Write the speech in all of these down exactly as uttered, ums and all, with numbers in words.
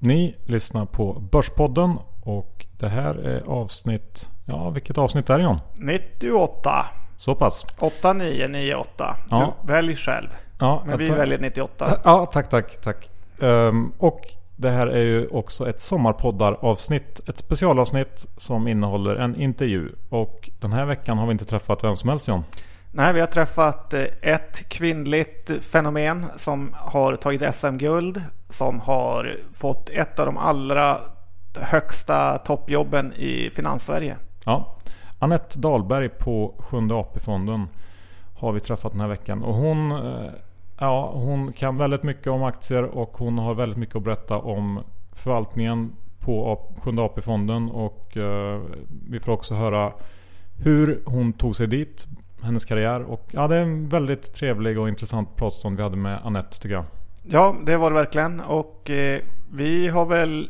Ni lyssnar på Börspodden och det här är avsnitt, ja vilket avsnitt är det John? nittioåtta. Så pass. åtta nio nio åtta. Ja. Du välj själv. Ja, Men vi tar... väljer nittioåtta. Ja, tack, tack, tack. Um, och det här är ju också ett sommarpoddar-avsnitt, ett specialavsnitt som innehåller en intervju. Och den här veckan har vi inte träffat vem som helst, John. Nej, vi har träffat ett kvinnligt fenomen som har tagit S M-guld, som har fått ett av de allra högsta toppjobben i Finanssverige. Ja, Anette Dahlberg på Sjunde A P-fonden har vi träffat den här veckan. Och hon, ja, hon kan väldigt mycket om aktier och hon har väldigt mycket att berätta om förvaltningen på Sjunde A P-fonden. Och uh, vi får också höra hur hon tog sig dit, hennes karriär. Och ja, det är en väldigt trevlig och intressant pratstånd vi hade med Anette, tycker jag. Ja, det var det verkligen. Och eh, vi har väl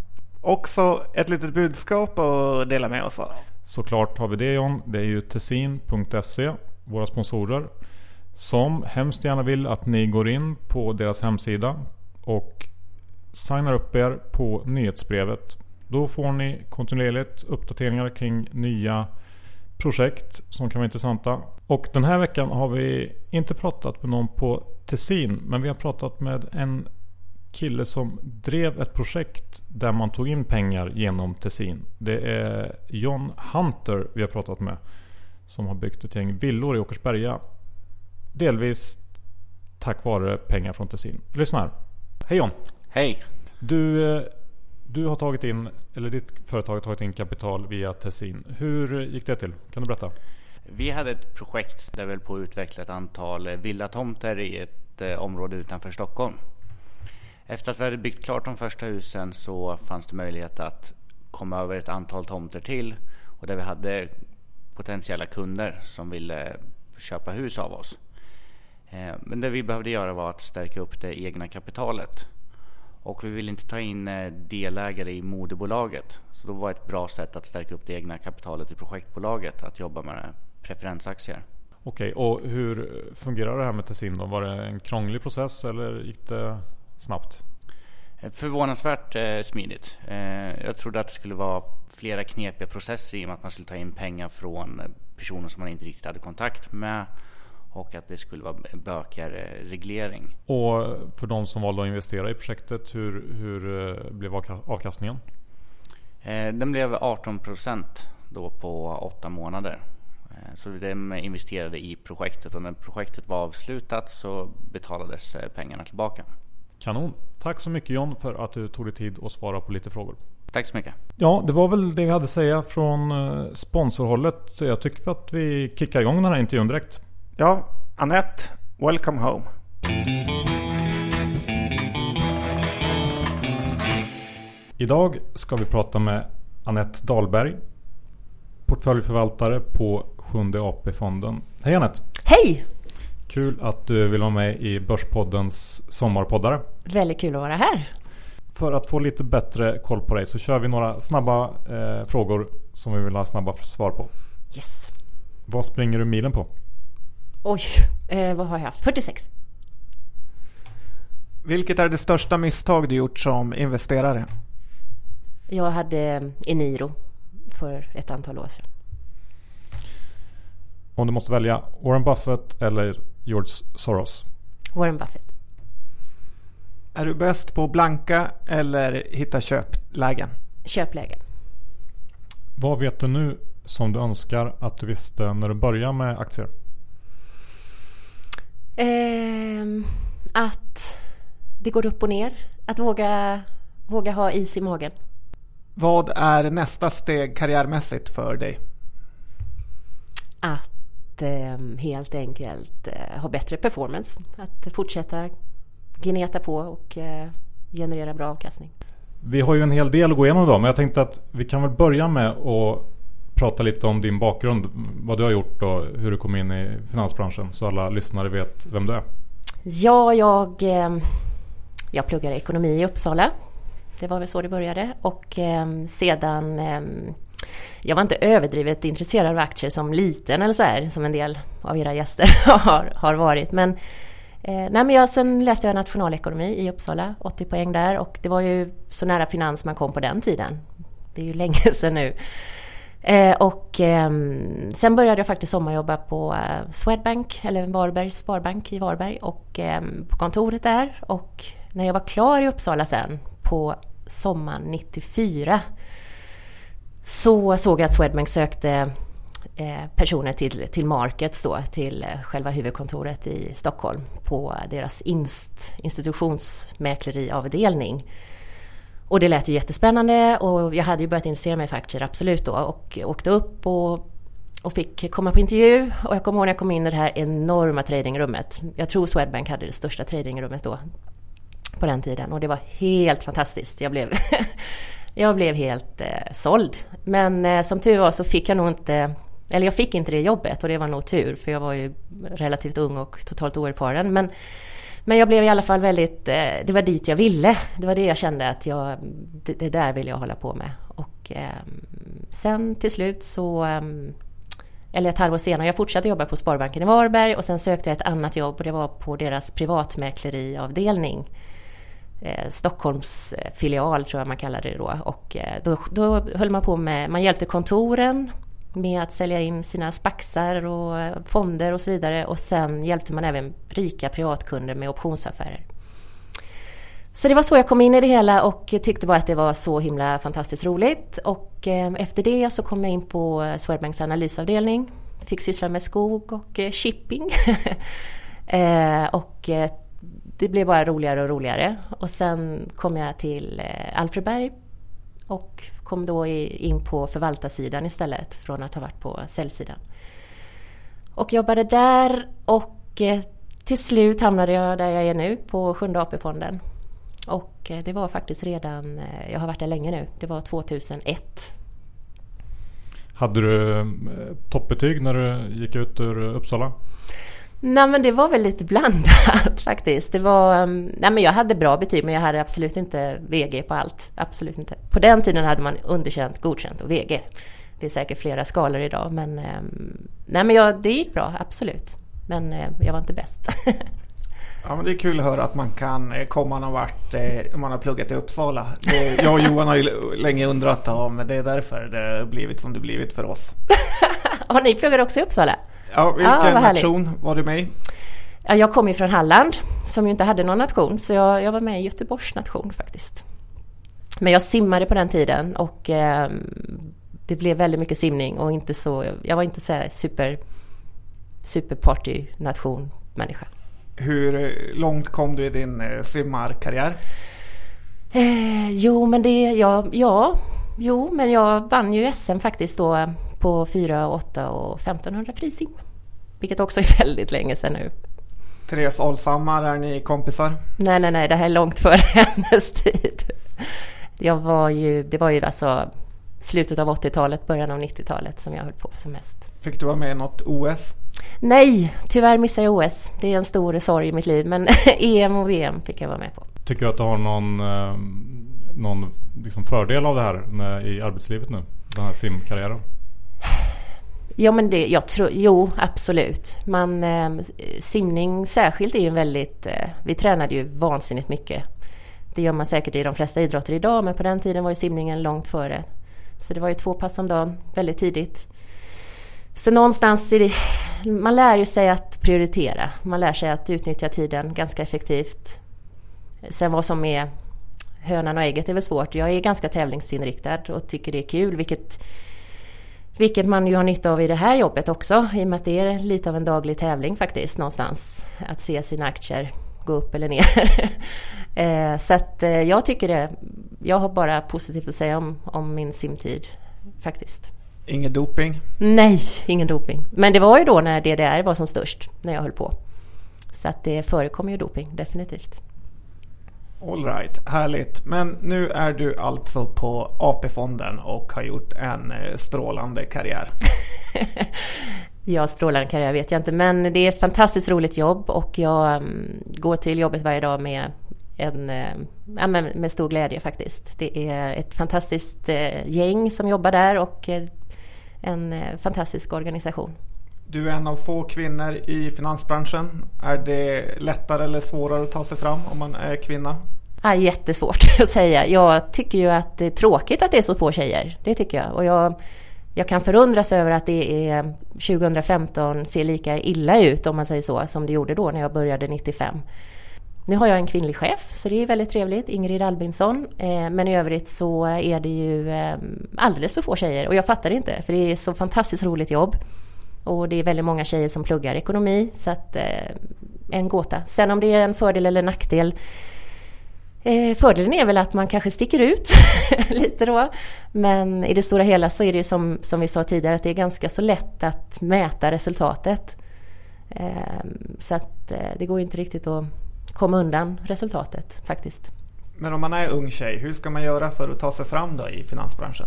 också ett litet budskap att dela med oss av. Såklart har vi det, John. Det är ju tessin punkt se, våra sponsorer, som hemskt gärna vill att ni går in på deras hemsida och signar upp er på nyhetsbrevet. Då får ni kontinuerligt uppdateringar kring nya projekt som kan vara intressanta. Och den här veckan har vi inte pratat med någon på Tessin, men vi har pratat med en kille som drev ett projekt där man tog in pengar genom Tessin. Det är John Hunter vi har pratat med, som har byggt ett gäng villor i Åkersberga, delvis tack vare pengar från Tessin. Lyssna här. Hej John. Hej. Du, du har tagit in, eller ditt företag har tagit in kapital via Tessin. Hur gick det till? Kan du berätta? Vi hade ett projekt där vi höll på att utveckla ett antal villatomter i ett eh, område utanför Stockholm. Efter att vi hade byggt klart de första husen så fanns det möjlighet att komma över ett antal tomter till, och där vi hade potentiella kunder som ville köpa hus av oss. Eh, men det vi behövde göra var att stärka upp det egna kapitalet. Och vi ville inte ta in delägare i moderbolaget. Så då var ett bra sätt att stärka upp det egna kapitalet i projektbolaget att jobba med preferensaktier. Okej, och hur fungerar det här med Tessin då? Var det en krånglig process eller gick det snabbt? Förvånansvärt eh, smidigt. Eh, jag trodde att det skulle vara flera knepiga processer i och med att man skulle ta in pengar från personer som man inte riktigt hade kontakt med. Och att det skulle vara en bökigare reglering. Och för de som valde att investera i projektet, hur, hur blev avkastningen? Eh, den blev arton procent då på åtta månader. Eh, så de investerade i projektet, och när projektet var avslutat så betalades eh, pengarna tillbaka. Kanon. Tack så mycket John för att du tog dig tid att svara på lite frågor. Tack så mycket. Ja, det var väl det vi hade att säga från sponsorhållet. Så jag tycker att vi kickar igång den här intervjun direkt. Ja, Anette, welcome home. Idag ska vi prata med Anette Dahlberg, portföljförvaltare på Sjunde A P-fonden. Hej Anette! Hej! Kul att du vill vara med i Börspoddens sommarpoddare. Väldigt kul att vara här. För att få lite bättre koll på dig så kör vi några snabba eh, frågor som vi vill ha snabba svar på. Yes. Vad springer du milen på? Oj, eh, vad har jag haft? fyrtiosex. Vilket är det största misstag du gjort som investerare? Jag hade Eniro för ett antal år sedan. Om du måste välja Warren Buffett eller George Soros? Warren Buffett. Är du bäst på blanka eller hitta köplägen? Köplägen. Vad vet du nu som du önskar att du visste när du började med aktier? Eh, att det går upp och ner. Att våga, våga ha is i magen. Vad är nästa steg karriärmässigt för dig? Att eh, helt enkelt eh, ha bättre performance. Att fortsätta gneta på och eh, generera bra avkastning. Vi har ju en hel del att gå igenom idag, men jag tänkte att vi kan väl börja med att prata lite om din bakgrund, vad du har gjort och hur du kom in i finansbranschen, så alla lyssnare vet vem du är. Ja, jag, eh, jag pluggade ekonomi i Uppsala. Det var väl så det började. Och eh, sedan, eh, jag var inte överdrivet intresserad av aktier som liten eller så här, som en del av era gäster har, har varit. Men Eh, nej men jag, sen läste jag nationalekonomi i Uppsala, åttio poäng där, och det var ju så nära finans man kom på den tiden. Det är ju länge sedan nu. Eh, och eh, sen började jag faktiskt sommarjobba på eh, Swedbank, eller Varbergs Sparbank i Varberg, och eh, på kontoret där. Och när jag var klar i Uppsala sen på sommaren nittiofyra så såg jag att Swedbank sökte eh, personer till, till Markets då, till eh, själva huvudkontoret i Stockholm på deras inst, institutionsmäkleriavdelning. Och det lät ju jättespännande, och jag hade ju börjat intressera mig för aktier, absolut då, och åkte upp och, och fick komma på intervju. Och jag kommer ihåg när jag kom in i det här enorma tradingrummet. Jag tror Swedbank hade det största tradingrummet då på den tiden, och det var helt fantastiskt. Jag blev, jag blev helt eh, såld. Men eh, som tur var så fick jag nog inte, eller jag fick inte det jobbet, och det var nog tur, för jag var ju relativt ung och totalt oerfaren. Men Men jag blev i alla fall väldigt, det var dit jag ville. Det var det jag kände att jag, det, det där vill jag hålla på med. Och eh, sen till slut så, eller ett halvår senare, jag fortsatte jobba på Sparbanken i Varberg, och sen sökte jag ett annat jobb, och det var på deras privatmäkleriavdelning. Eh, Stockholms filial tror jag man kallar det då. Och eh, då, då höll man på med, man hjälpte kontoren med att sälja in sina spaxar och fonder och så vidare. Och sen hjälpte man även rika privatkunder med optionsaffärer. Så det var så jag kom in i det hela, och tyckte bara att det var så himla fantastiskt roligt. Och eh, efter det så kom jag in på Swedbanks analysavdelning. Fick syssla med skog och eh, shipping. eh, och eh, det blev bara roligare och roligare. Och sen kom jag till eh, Alfred Berg. Och kom då in på förvaltarsidan istället, från att ha varit på säljsidan. Och jobbade där, och till slut hamnade jag där jag är nu, på Sjunde A P-fonden. Och det var faktiskt redan, jag har varit där länge nu, det var tvåtusenett. Hade du toppbetyg när du gick ut ur Uppsala? Nej, men det var väl lite blandat faktiskt. Det var, nej, men jag hade bra betyg, men jag hade absolut inte V G på allt. Absolut inte. På den tiden hade man underkänt, godkänt och V G. Det är säkert flera skalor idag, men, nej, men jag, det gick bra, absolut. Men jag var inte bäst. Ja, men det är kul att höra att man kan komma någon vart om man har pluggat i Uppsala. Det, jag och Johan har ju länge undrat, ja, men det är därför det har blivit som det blivit för oss. Har ni pluggat också i Uppsala? Ja, vilken ah, nation var du med i? Ja, jag kom ju från Halland, som ju inte hade någon nation, så jag, jag var med i Göteborgs nation faktiskt. Men jag simmade på den tiden, och eh, det blev väldigt mycket simning, och inte så, jag var inte så här super superparty-nation människa. Hur långt kom du i din eh, simmarkarriär? Eh, jo, men det, ja, ja, jo, men jag vann ju S M faktiskt då på fyra, åtta och femtonhundra frisim. Vilket också är väldigt länge sedan nu. Therese Alshammar, är ni kompisar? Nej, nej, nej, det här är långt före hennes tid. Jag var ju, det var ju alltså slutet av åttiotalet, början av nittiotalet som jag höll på som mest. Fick du vara med i något O S? Nej, tyvärr missade jag O S. Det är en stor sorg i mitt liv, men E M och V M fick jag vara med på. Tycker du att du har någon, eh, någon liksom fördel av det här när, i arbetslivet nu? Den här simkarriären? Ja, men det, jag tror, jo, absolut. Man, eh, simning särskilt är ju väldigt, eh, vi tränade ju vansinnigt mycket. Det gör man säkert i de flesta idrotter idag, men på den tiden var ju simningen långt före. Så det var ju två pass om dagen, väldigt tidigt. Så någonstans är det, man lär ju sig att prioritera. Man lär sig att utnyttja tiden ganska effektivt. Sen vad som är hönan och ägget är väl svårt. Jag är ganska tävlingsinriktad och tycker det är kul, vilket, vilket man ju har nytta av i det här jobbet också. I och med att det är lite av en daglig tävling faktiskt någonstans. Att se sina aktier gå upp eller ner. Så att jag tycker det, jag har bara positivt att säga om, om min simtid faktiskt. Ingen doping? Nej, ingen doping. Men det var ju då när D D R var som störst, när jag höll på. Så att det förekommer ju doping, definitivt. All right, härligt. Men nu är du alltså på A P-fonden och har gjort en strålande karriär. Ja, strålande karriär vet jag inte, men det är ett fantastiskt roligt jobb, och jag um, går till jobbet varje dag med en, uh, ja, med, med stor glädje faktiskt. Det är ett fantastiskt uh, gäng som jobbar där, och uh, en uh, fantastisk organisation. Du är en av få kvinnor i finansbranschen. Är det lättare eller svårare att ta sig fram om man är kvinna? Ja, jättesvårt att säga. Jag tycker ju att det är tråkigt att det är så få tjejer. Det tycker jag. Och jag, jag kan förundras över att det är tjugohundrafemton ser lika illa ut, om man säger så, som det gjorde då när jag började nittiofem. Nu har jag en kvinnlig chef, så det är väldigt trevligt, Ingrid Albinsson. Eh, men i övrigt så är det ju eh, alldeles för få tjejer. Och jag fattar inte, för det är så fantastiskt roligt jobb. Och det är väldigt många tjejer som pluggar ekonomi, så att eh, en gåta. Sen om det är en fördel eller nackdel, eh, fördelen är väl att man kanske sticker ut lite då. Men i det stora hela så är det som, som vi sa tidigare, att det är ganska så lätt att mäta resultatet. Eh, så att eh, det går inte riktigt att komma undan resultatet faktiskt. Men om man är ung tjej, hur ska man göra för att ta sig fram då i finansbranschen?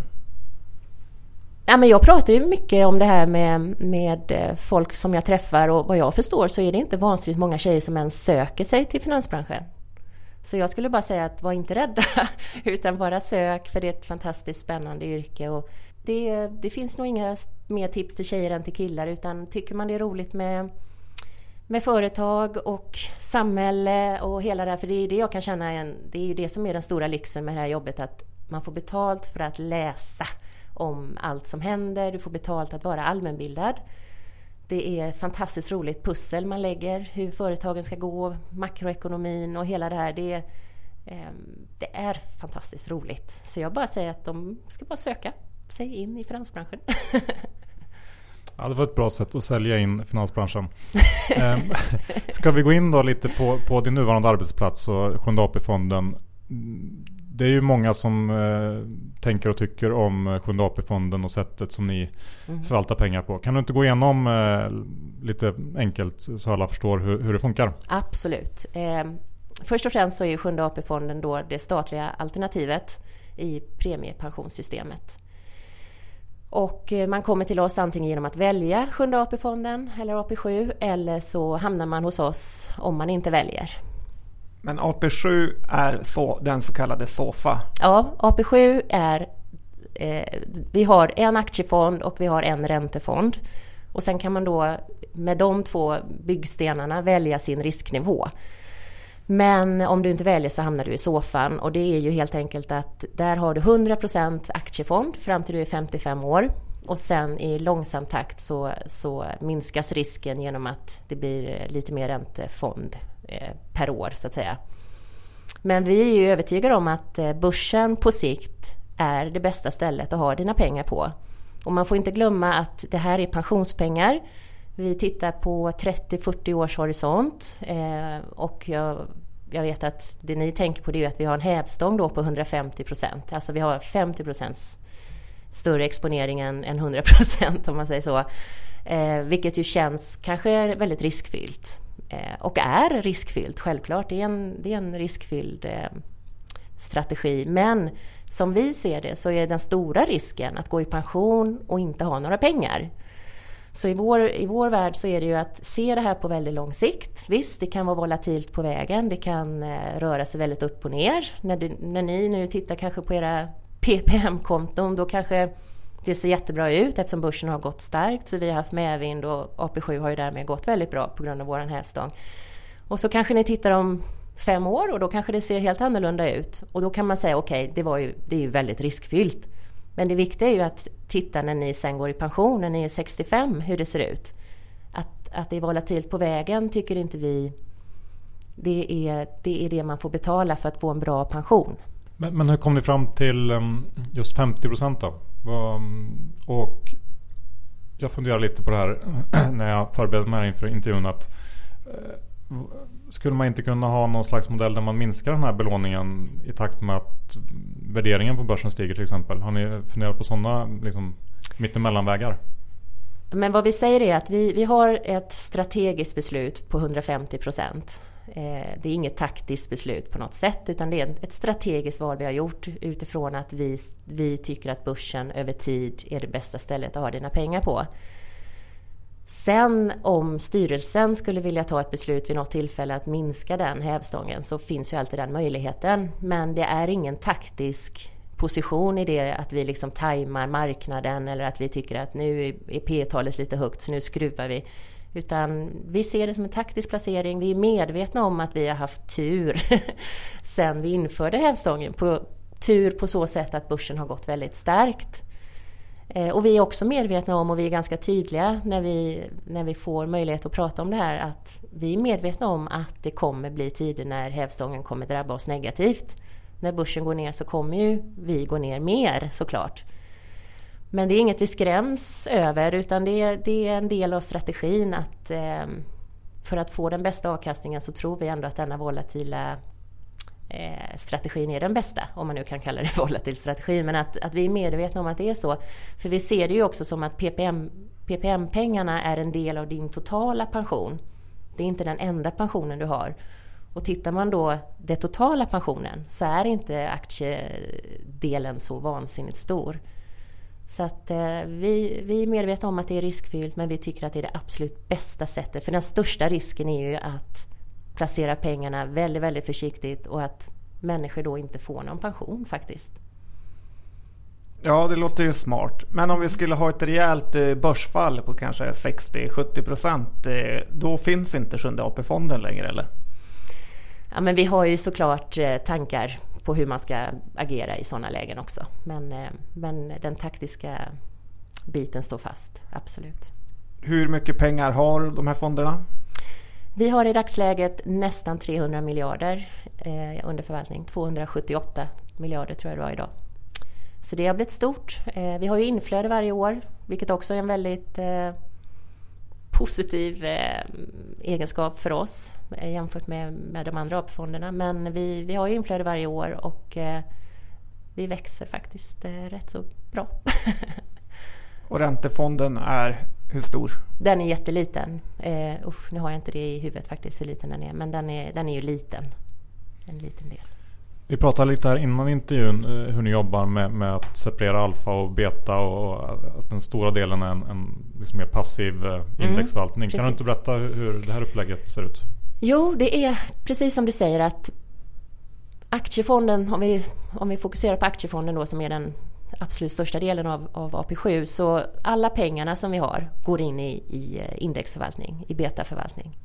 Ja, men jag pratar ju mycket om det här med, med folk som jag träffar, och vad jag förstår så är det inte vansinnigt många tjejer som ens söker sig till finansbranschen. Så jag skulle bara säga att var inte rädda, utan bara sök, för det är ett fantastiskt spännande yrke. Och det, det finns nog inga mer tips till tjejer än till killar, utan tycker man det är roligt med, med företag och samhälle och hela det här, för det är det jag kan känna, en, det är ju det som är den stora lyxen med det här jobbet, att man får betalt för att läsa om allt som händer, du får betalt att vara allmänbildad. Det är fantastiskt roligt pussel man lägger, hur företagen ska gå, makroekonomin och hela det här. Det är, eh, det är fantastiskt roligt. Så jag bara säger att de ska bara söka sig in i finansbranschen. Ja, det var ett bra sätt att sälja in finansbranschen. eh, ska vi gå in då lite på, på din nuvarande arbetsplats och Sjunde A P-fonden? Det är ju många som eh, tänker och tycker om Sjunde A P-fonden och sättet som ni mm. förvaltar pengar på. Kan du inte gå igenom eh, lite enkelt så alla förstår hur, hur det funkar? Absolut. Eh, först och främst så är Sjunde A P-fonden då det statliga alternativet i premiepensionssystemet. Och eh, man kommer till oss antingen genom att välja Sjunde A P-fonden eller A P sju, eller så hamnar man hos oss om man inte väljer. Men A P sju är så, den så kallade SOFA. Ja, A P sju är, eh, vi har en aktiefond och vi har en räntefond. Och sen kan man då med de två byggstenarna välja sin risknivå. Men om du inte väljer så hamnar du i SOFAn, och det är ju helt enkelt att där har du hundra procent aktiefond fram till du är femtiofem år. Och sen i långsam takt så, så minskas risken genom att det blir lite mer räntefond per år så att säga. Men vi är ju övertygade om att börsen på sikt är det bästa stället att ha dina pengar på. Och man får inte glömma att det här är pensionspengar. Vi tittar på trettio till fyrtio års horisont, eh, och jag, jag vet att det ni tänker på det är att vi har en hävstång då på hundrafemtio procent. Alltså vi har femtio procent större exponering än, än hundra procent om man säger så. Eh, vilket ju känns kanske väldigt riskfyllt. Och är riskfyllt, självklart. Det är en, det är en riskfylld eh, strategi. Men som vi ser det så är den stora risken att gå i pension och inte ha några pengar. Så i vår, i vår värld så är det ju att se det här på väldigt lång sikt. Visst, det kan vara volatilt på vägen. Det kan eh, röra sig väldigt upp och ner. När, du, när ni nu tittar kanske på era P P M-konton, då kanske det ser jättebra ut eftersom börsen har gått starkt. Så vi har haft medvind och A P sju har ju därmed gått väldigt bra på grund av våran hävstång. Och så kanske ni tittar om fem år och då kanske det ser helt annorlunda ut. Och då kan man säga okej, okay, det, var ju, det är ju väldigt riskfyllt. Men det viktiga är ju att titta när ni sen går i pension, när ni är sextiofem, hur det ser ut. Att, att det är volatilt på vägen tycker inte vi, det är, det är det man får betala för att få en bra pension. Men, men hur kom ni fram till just femtio procent då? Och jag funderar lite på det här när jag förberedde mig inför intervjun, att skulle man inte kunna ha någon slags modell där man minskar den här belåningen i takt med att värderingen på börsen stiger till exempel? Har ni funderat på sådana liksom, mittemellanvägar? Men vad vi säger är att vi, vi har ett strategiskt beslut på hundrafemtio procent. Det är inget taktiskt beslut på något sätt, utan det är ett strategiskt val vi har gjort utifrån att vi, vi tycker att börsen över tid är det bästa stället att ha dina pengar på. Sen om styrelsen skulle vilja ta ett beslut vid något tillfälle att minska den hävstången, så finns ju alltid den möjligheten. Men det är ingen taktisk position i det att vi liksom tajmar marknaden eller att vi tycker att nu är P-talet lite högt så nu skruvar vi. Utan vi ser det som en taktisk placering. Vi är medvetna om att vi har haft tur sen vi införde hävstången. På, tur på så sätt att börsen har gått väldigt starkt. Eh, och vi är också medvetna om och vi är ganska tydliga när vi, när vi får möjlighet att prata om det här. Att vi är medvetna om att det kommer bli tider när hävstången kommer drabba oss negativt. När börsen går ner så kommer ju vi gå ner mer såklart. Men det är inget vi skräms över utan det är, det är en del av strategin att eh, för att få den bästa avkastningen så tror vi ändå att denna volatila eh, strategin är den bästa, om man nu kan kalla det volatil strategi, men att, att vi är medvetna om att det är så. För vi ser det ju också som att P P M, P P M-pengarna är en del av din totala pension. Det är inte den enda pensionen du har. Och tittar man då den totala pensionen så är inte aktiedelen så vansinnigt stor. Så att eh, vi, vi är medvetna om att det är riskfyllt men vi tycker att det är det absolut bästa sättet. För den största risken är ju att placera pengarna väldigt, väldigt försiktigt och att människor då inte får någon pension faktiskt. Ja, det låter ju smart. Men om vi skulle ha ett rejält börsfall på kanske sextio till sjuttio procent, då finns inte sjunde A P-fonden längre eller? Ja, men vi har ju såklart tankar på hur man ska agera i sådana lägen också. Men, men den taktiska biten står fast, absolut. Hur mycket pengar har de här fonderna? Vi har i dagsläget nästan trehundra miljarder eh, under förvaltning. tvåhundrasjuttioåtta miljarder tror jag det var idag. Så det har blivit stort. Eh, vi har ju inflöde varje år, vilket också är en väldigt eh, positiv eh, egenskap för oss eh, jämfört med, med de andra A P-fonderna. Men vi, vi har ju inflöde varje år och eh, vi växer faktiskt eh, rätt så bra. Och räntefonden är hur stor? Den är jätteliten. Eh, usch, nu har jag inte det i huvudet faktiskt hur liten den är. Men den är, den är ju liten. En liten del. Vi pratade lite här innan intervjun hur ni jobbar med, med att separera alfa och beta och att den stora delen är en, en liksom mer passiv indexförvaltning. Mm, kan du inte berätta hur det här upplägget ser ut? Jo, det är precis som du säger att aktiefonden, om vi, om vi fokuserar på aktiefonden då som är den absolut största delen av, av A P sju, så alla pengarna som vi har går in i, i indexförvaltning, i betaförvaltning.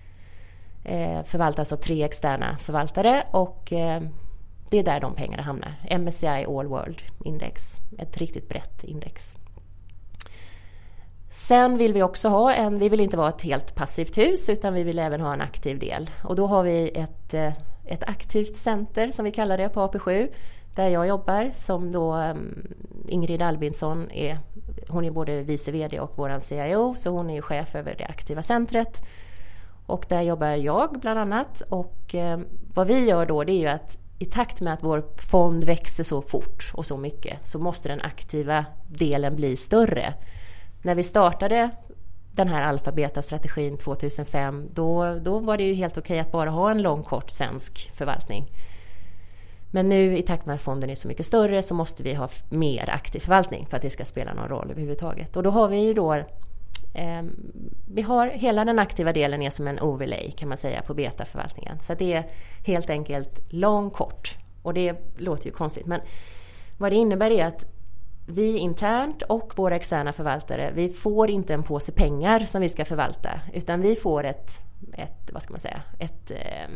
Eh, förvaltas av tre externa förvaltare och eh, det är där de pengarna hamnar. M S C I All World Index, ett riktigt brett index. Sen vill vi också ha en, vi vill inte vara ett helt passivt hus utan vi vill även ha en aktiv del. Och då har vi ett, ett aktivt center som vi kallar det på A P sju där jag jobbar som då um, Ingrid Albinsson är, hon är både vice vd och våran C I O så hon är chef över det aktiva centret. Och där jobbar jag bland annat och eh, vad vi gör då det är ju att i takt med att vår fond växer så fort och så mycket så måste den aktiva delen bli större. När vi startade den här alfa-beta-strategin tjugohundrafem då, då var det ju helt okej att bara ha en lång kort svensk förvaltning. Men nu i takt med att fonden är så mycket större så måste vi ha mer aktiv förvaltning för att det ska spela någon roll överhuvudtaget. Och då har vi ju då eh, vi har hela den aktiva delen är som en overlay kan man säga på betaförvaltningen. Så det är helt enkelt lång kort och det låter ju konstigt men vad det innebär är att vi internt och våra externa förvaltare, vi får inte en påse pengar som vi ska förvalta utan vi får ett, ett vad ska man säga, ett eh,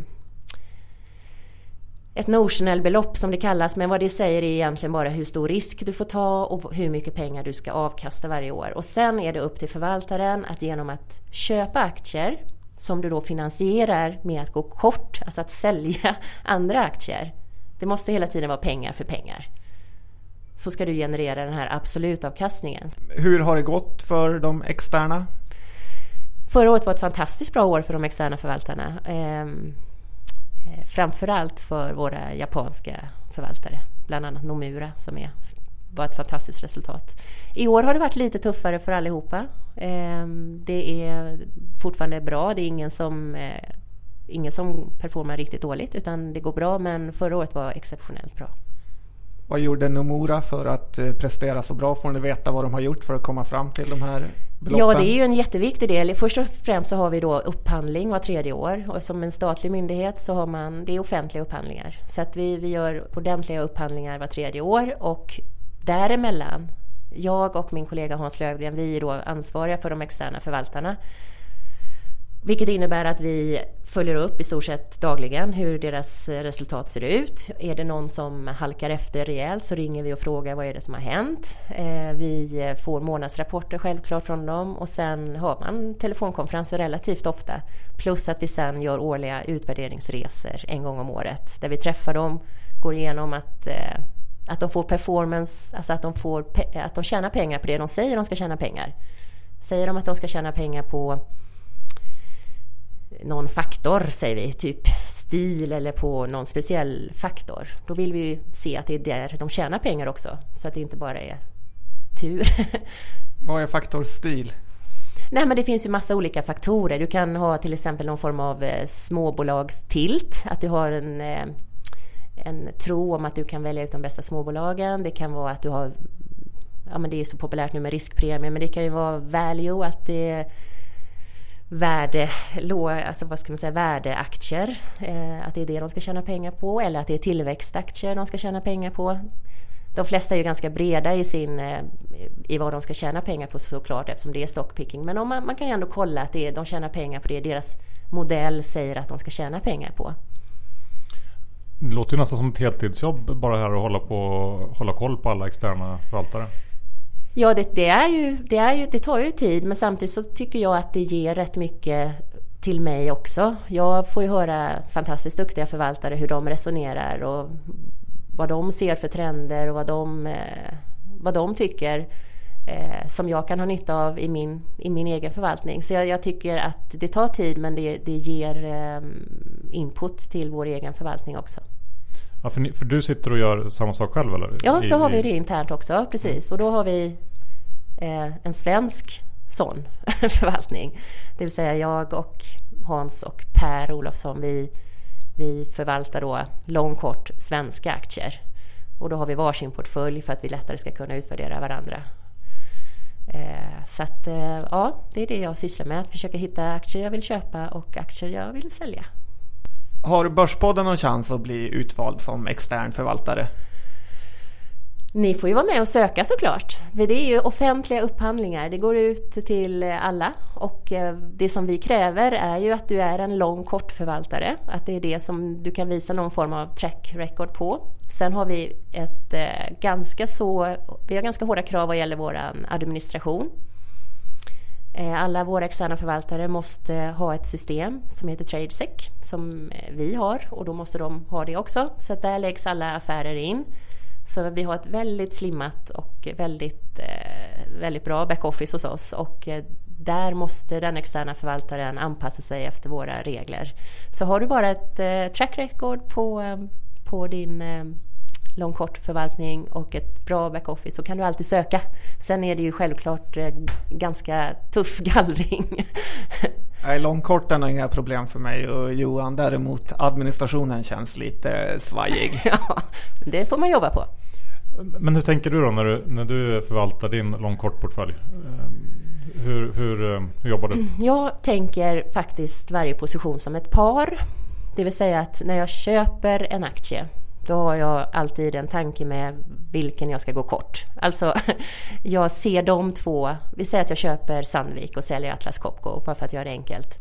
ett notional belopp som det kallas, men vad det säger är egentligen bara hur stor risk du får ta och hur mycket pengar du ska avkasta varje år. Och sen är det upp till förvaltaren att genom att köpa aktier som du då finansierar med att gå kort, alltså att sälja andra aktier. Det måste hela tiden vara pengar för pengar. Så ska du generera den här absolutavkastningen. Hur har det gått för de externa? Förra året var ett fantastiskt bra år för de externa förvaltarna. Ehm, Framförallt för våra japanska förvaltare, bland annat Nomura som är, var ett fantastiskt resultat. I år har det varit lite tuffare för allihopa. Det är fortfarande bra, det är ingen som, ingen som performar riktigt dåligt utan det går bra, men förra året var exceptionellt bra. Vad gjorde Nomura för att prestera så bra? Får ni veta vad de har gjort för att komma fram till de här beloppen? Ja, det är ju en jätteviktig del. Först och främst så har vi då upphandling var tredje år. Och som en statlig myndighet så har man, det är offentliga upphandlingar. Så att vi, vi gör ordentliga upphandlingar var tredje år. Och däremellan, jag och min kollega Hans Lövgren, vi är då ansvariga för de externa förvaltarna. Vilket innebär att vi följer upp i stort sett dagligen hur deras resultat ser ut. Är det någon som halkar efter rejält så ringer vi och frågar vad är det som har hänt. Vi får månadsrapporter självklart från dem och sen har man telefonkonferenser relativt ofta. Plus att vi sen gör årliga utvärderingsresor en gång om året. Där vi träffar dem, går igenom att, att de får performance, alltså att de, får, att de tjänar pengar på det de säger de ska tjäna pengar. Säger de att de ska tjäna pengar på någon faktor, säger vi, typ stil eller på någon speciell faktor. Då vill vi se att det är där de tjänar pengar också. Så att det inte bara är tur. Vad är faktor stil? Nej, men det finns ju massa olika faktorer. Du kan ha till exempel någon form av eh, småbolagstilt. Att du har en, eh, en tro om att du kan välja ut de bästa småbolagen. Det kan vara att du har, ja men det är ju så populärt nu med riskpremie, men det kan ju vara value, att det värde, alltså vad ska man säga, värdeaktier, eh, att det är det de ska tjäna pengar på, eller att det är tillväxtaktier de ska tjäna pengar på. De flesta är ju ganska breda i sin eh, i vad de ska tjäna pengar på, såklart, eftersom det är stockpicking, men om man, man kan ju ändå kolla att det är, de tjänar pengar på det deras modell säger att de ska tjäna pengar på. Det låter ju nästan som ett heltidsjobb bara här att hålla på hålla koll på alla externa förvaltare. Ja, det, det, är ju, det, är ju, det tar ju tid, men samtidigt så tycker jag att det ger rätt mycket till mig också. Jag får ju höra fantastiskt duktiga förvaltare hur de resonerar och vad de ser för trender och vad de, eh, vad de tycker eh, som jag kan ha nytta av i min, i min egen förvaltning. Så jag, jag tycker att det tar tid, men det, det ger eh, input till vår egen förvaltning också. Ja, för, ni, för du sitter och gör samma sak själv, eller? Ja, så I, har vi det internt också, precis. Och då har vi eh, en svensk sån förvaltning. Det vill säga jag och Hans och Per Olofsson, vi, vi förvaltar då långkort svenska aktier. Och då har vi varsin portfölj för att vi lättare ska kunna utvärdera varandra. Eh, så att, eh, ja, det är det jag sysslar med. Att försöka hitta aktier jag vill köpa och aktier jag vill sälja. Har Börspodden någon chans att bli utvald som extern förvaltare? Ni får ju vara med och söka såklart. För det är ju offentliga upphandlingar. Det går ut till alla. Och det som vi kräver är ju att du är en lång kort förvaltare. Att det är det som du kan visa någon form av track record på. Sen har vi ett eh, ganska så, vi har ganska hårda krav vad gäller vår administration. Alla våra externa förvaltare måste ha ett system som heter TradeSec som vi har, och då måste de ha det också. Så att där läggs alla affärer in. Så vi har ett väldigt slimmat och väldigt, väldigt bra backoffice hos oss, och där måste den externa förvaltaren anpassa sig efter våra regler. Så har du bara ett track record på, på din långkort förvaltning och ett bra backoffice så kan du alltid söka. Sen är det ju självklart eh, ganska tuff gallring. Nej, långkorten är inga problem för mig och Johan. Däremot administrationen känns lite svajig. Ja, det får man jobba på. Men hur tänker du då när du, när du förvaltar din långkortportfölj? Hur, hur, hur jobbar du? Jag tänker faktiskt varje position som ett par. Det vill säga att när jag köper en aktie, då har jag alltid en tanke med vilken jag ska gå kort. Alltså, jag ser de två. Vi säger att jag köper Sandvik och säljer Atlas Copco, bara för att göra det enkelt.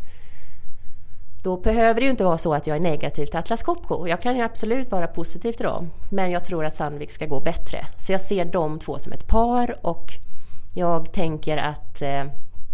Då behöver det ju inte vara så att jag är negativ till Atlas Copco. Jag kan ju absolut vara positiv till dem. Men jag tror att Sandvik ska gå bättre. Så jag ser de två som ett par, och jag tänker att eh,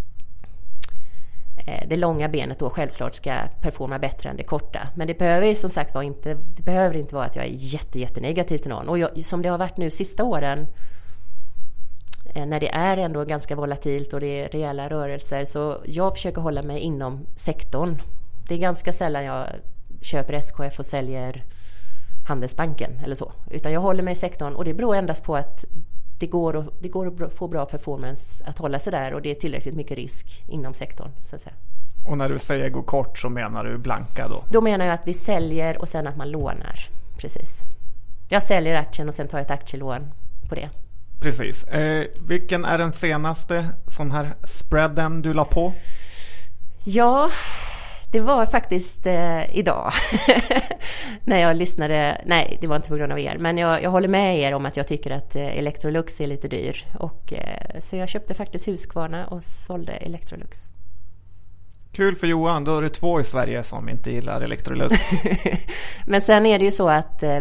det långa benet då självklart ska performa bättre än det korta. Men det behöver som sagt var inte, det behöver inte vara att jag är jätte, jätte negativ till någon. Och jag, som det har varit nu sista åren, när det är ändå ganska volatilt och det är rejäla rörelser, så jag försöker hålla mig inom sektorn. Det är ganska sällan jag köper S K F och säljer Handelsbanken eller så. Utan jag håller mig i sektorn, och det beror endast på att det går, att, det går att få bra performance att hålla sig där, och det är tillräckligt mycket risk inom sektorn, så att säga. Och när du säger gå kort så menar du blanka då? Då menar jag att vi säljer och sen att man lånar. Precis. Jag säljer aktien och sen tar jag ett aktielån på det. Precis. Eh, vilken är den senaste sån här spreaden du la på? Ja, det var faktiskt eh, idag när jag lyssnade. Nej, det var inte på grund av er, men jag, jag håller med er om att jag tycker att eh, Electrolux är lite dyr. Och, eh, så jag köpte faktiskt Husqvarna och sålde Electrolux. Kul för Johan, då är det två i Sverige som inte gillar Electrolux. Men sen är det ju så att eh,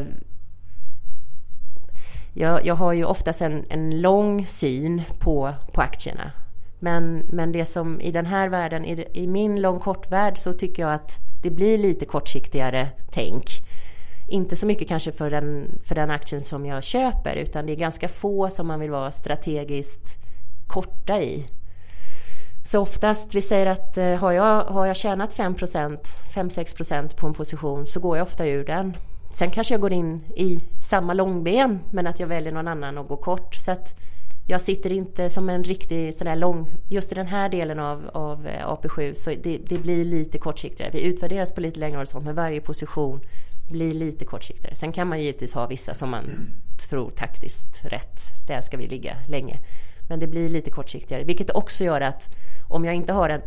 jag, jag har ju oftast en, en lång syn på, på aktierna. Men, men det som i den här världen, i, i min lång-kort-värld, så tycker jag att det blir lite kortsiktigare tänk. Inte så mycket kanske för den, för den aktien som jag köper, utan det är ganska få som man vill vara strategiskt korta i. Så oftast, vi säger att eh, har, jag, har jag tjänat fem procent, fem till sex procent på en position, så går jag ofta ur den. Sen kanske jag går in i samma långben, men att jag väljer någon annan och går kort. Så att jag sitter inte som en riktig sådär lång, just i den här delen av, av A P sju, så det, det blir lite kortsiktigare. Vi utvärderas på lite längre horisont, men varje position blir lite kortsiktigare. Sen kan man givetvis ha vissa som man tror taktiskt rätt, där ska vi ligga länge. Men det blir lite kortsiktigare, vilket också gör att om jag inte har en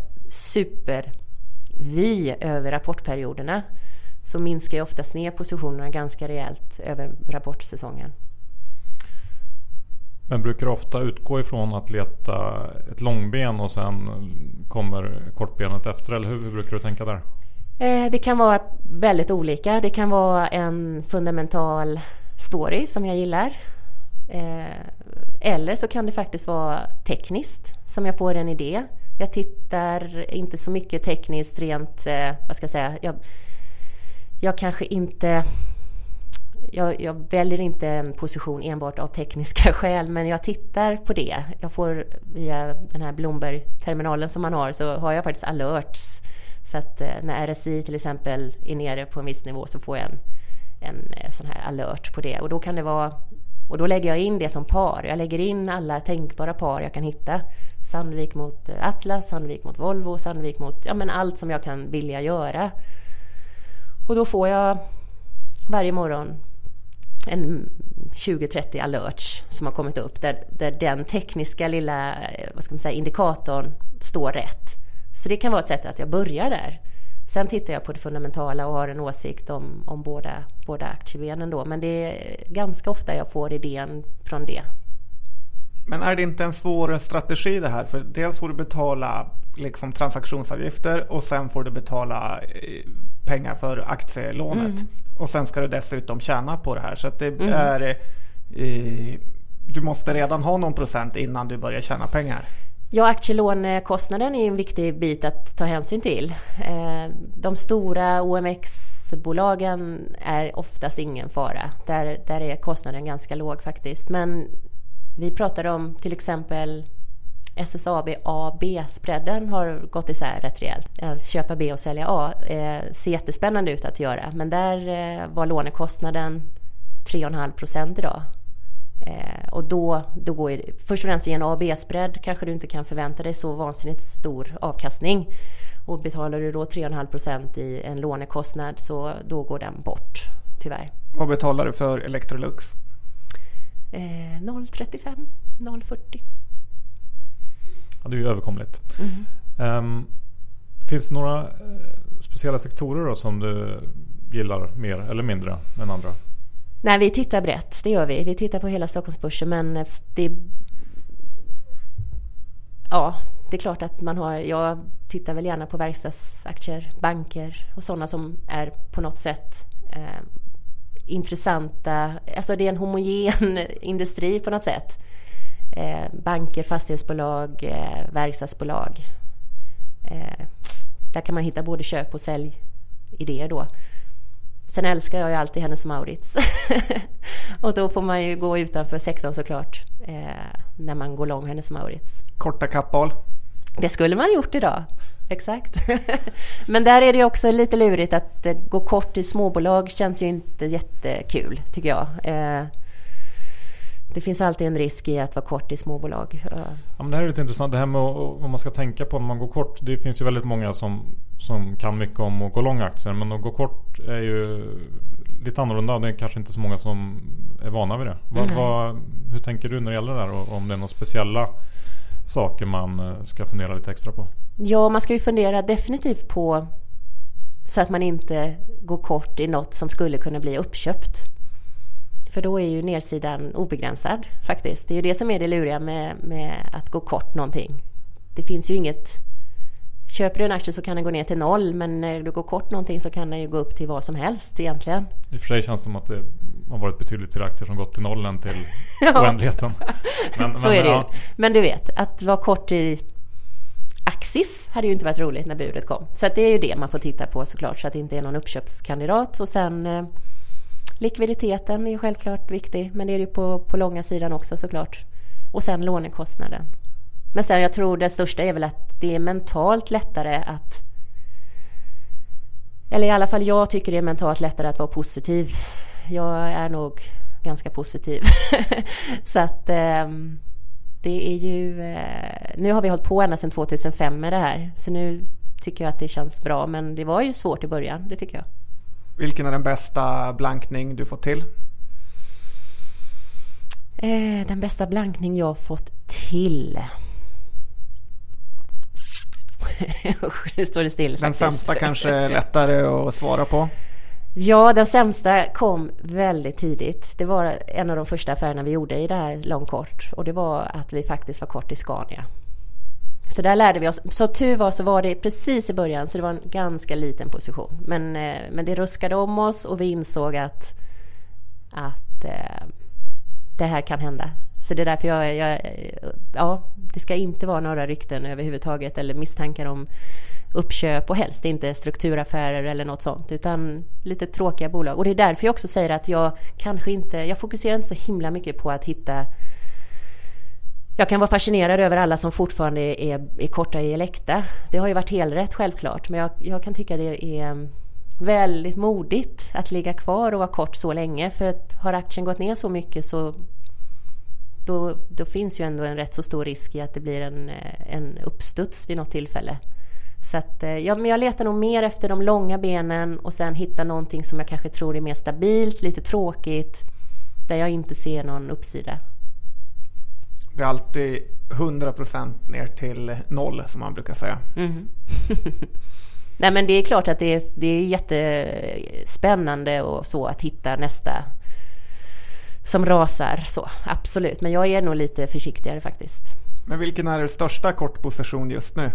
supervy över rapportperioderna, så minskar jag oftast ner positionerna ganska rejält över rapportsäsongen. Men brukar du ofta utgå ifrån att leta ett långben och sen kommer kortbenet efter, eller hur, hur brukar du tänka där? Eh, det kan vara väldigt olika. Det kan vara en fundamental story som jag gillar. Eh, eller så kan det faktiskt vara tekniskt som jag får en idé. Jag tittar inte så mycket tekniskt rent, eh, vad ska jag säga, jag, jag kanske inte... Jag, jag väljer inte en position enbart av tekniska skäl, men jag tittar på det. Jag får via den här Bloomberg-terminalen som man har, så har jag faktiskt alerts. Så att när R S I till exempel är nere på en viss nivå, så får jag en, en sån här alert på det. Och då kan det vara, och då lägger jag in det som par. Jag lägger in alla tänkbara par jag kan hitta. Sandvik mot Atlas, Sandvik mot Volvo, Sandvik mot, ja men allt som jag kan vilja göra. Och då får jag varje morgon en tjugo till trettio alerts som har kommit upp där, där den tekniska lilla, vad ska man säga, indikatorn står rätt. Så det kan vara ett sätt att jag börjar där. Sen tittar jag på det fundamentala och har en åsikt om, om båda, båda aktiebenen då. Men det är ganska ofta jag får idén från det. Men är det inte en svår strategi det här? För dels får du betala liksom transaktionsavgifter och sen får du betala pengar för aktielånet. Mm. Och sen ska du dessutom tjäna på det här. Så att det mm. är... Eh, du måste redan ha någon procent innan du börjar tjäna pengar. Ja, aktielånekostnaden är en viktig bit att ta hänsyn till. Eh, de stora O M X-bolagen är oftast ingen fara. Där, där är kostnaden ganska låg faktiskt. Men vi pratar om till exempel S S A B A B-spreaden har gått isär rätt rejält. Köpa B och sälja A eh, ser jättespännande ut att göra. Men där eh, var lånekostnaden tre komma fem procent idag. Eh, och då, då går det, först och främst i en A B spread kanske du inte kan förvänta dig så vansinnigt stor avkastning. Och betalar du då tre komma fem procent i en lånekostnad, så då går den bort, tyvärr. Vad betalar du för Electrolux? Eh, noll komma trettiofem, noll komma fyrtio. Ja, det är ju överkomligt. Mm. Um, finns det några uh, speciella sektorer då som du gillar mer eller mindre än andra? Nej, vi tittar brett, det gör vi. Vi tittar på hela Stockholmsbörsen, men det, ja, det är klart att man har, jag tittar väl gärna på verkstadsaktier, banker och sådana som är på något sätt eh, intressanta. Alltså det är en homogen industri på något sätt. Eh, banker, fastighetsbolag, eh, verkstadsbolag. Eh, där kan man hitta både köp- och säljidéer då. Sen älskar jag ju alltid Hennes och Mauritz. Och då får man ju gå utanför sektorn såklart. Eh, när man går lång Hennes och Mauritz. Korta kappal. Det skulle man gjort idag. Exakt. Men där är det också lite lurigt att eh, gå kort i småbolag känns ju inte jättekul, tycker jag. Eh, det finns alltid en risk i att vara kort i småbolag. Ja, men det här är lite intressant. Det här med vad man ska tänka på när man går kort. Det finns ju väldigt många som, som kan mycket om att gå lång aktier. Men att gå kort är ju lite annorlunda. Det är kanske inte så många som är vana vid det. Va, va, hur tänker du när det gäller det där? Och om det är några speciella saker man ska fundera lite extra på? Ja, man ska ju fundera definitivt på så att man inte går kort i något som skulle kunna bli uppköpt. För då är ju nedsidan obegränsad faktiskt. Det är ju det som är det luriga med, med att gå kort någonting. Det finns ju inget... Köper du en aktie så kan den gå ner till noll, men när du går kort någonting så kan den ju gå upp till vad som helst egentligen. I och för sig känns det som att det har varit betydligt till aktier som gått till nollen till ja. oändligheten. Men, så men, är det ja. ju. Men du vet, att vara kort i Axis hade ju inte varit roligt när budet kom. Så att det är ju det man får titta på såklart, så att det inte är någon uppköpskandidat. Och sen eh, likviditeten är ju självklart viktig, men det är ju på, på långa sidan också såklart. Och sen lånekostnaden. Men sen jag tror det största är väl att det är mentalt lättare att, eller i alla fall jag tycker det är mentalt lättare att vara positiv. Jag är nog ganska positiv. Så att eh, det är ju, eh, nu har vi hållit på ända sedan tjugohundrafem med det här. Så nu tycker jag att det känns bra, men det var ju svårt i början, det tycker jag. Vilken är den bästa blankning du fått till? Eh, den bästa blankning jag fått till... Nu står det still. Den faktiskt. sämsta kanske är lättare att svara på. Ja, den sämsta kom väldigt tidigt. Det var en av de första affärerna vi gjorde i det här långkort. Och det var att vi faktiskt var kort i Scania. Så där lärde vi oss. Så tur var så var det precis i början. Så det var en ganska liten position. Men, men det ruskade om oss och vi insåg att, att eh, det här kan hända. Så det är därför jag, jag, ja, det ska inte vara några rykten överhuvudtaget eller misstankar om uppköp och helst inte strukturaffärer eller något sånt, utan lite tråkiga bolag. Och det är därför jag också säger att jag kanske inte, jag fokuserar inte så himla mycket på att hitta, jag kan vara fascinerad över alla som fortfarande är, är korta i Elekta. Det har ju varit helt rätt självklart, men jag, jag kan tycka det är väldigt modigt att ligga kvar och vara kort så länge, för att har aktien gått ner så mycket så Då, då finns ju ändå en rätt så stor risk i att det blir en, en uppstuds vid något tillfälle. Så att, ja, men jag letar nog mer efter de långa benen och sen hitta någonting som jag kanske tror är mer stabilt, lite tråkigt, där jag inte ser någon uppsida. Det är alltid hundra procent ner till noll som man brukar säga. Mm. Nej, men det är klart att det är, det är jättespännande och så att hitta nästa som rasar så, absolut. Men jag är nog lite försiktigare faktiskt. Men vilken är den största kortposition just nu?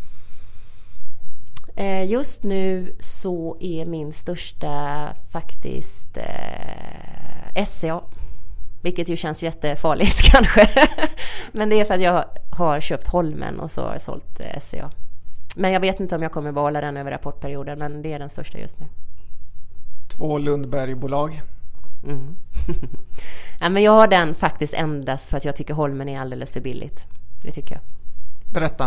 Eh, just nu så är min största faktiskt eh, S C A. Vilket ju känns jättefarligt kanske. Men det är för att jag har köpt Holmen och så har jag sålt eh, S C A. Men jag vet inte om jag kommer behålla den över rapportperioden, men det är den största just nu. Två Lundberg-bolag. Mm. Ja, men jag har den faktiskt endast för att jag tycker Holmen är alldeles för billigt. Det tycker jag. Berätta.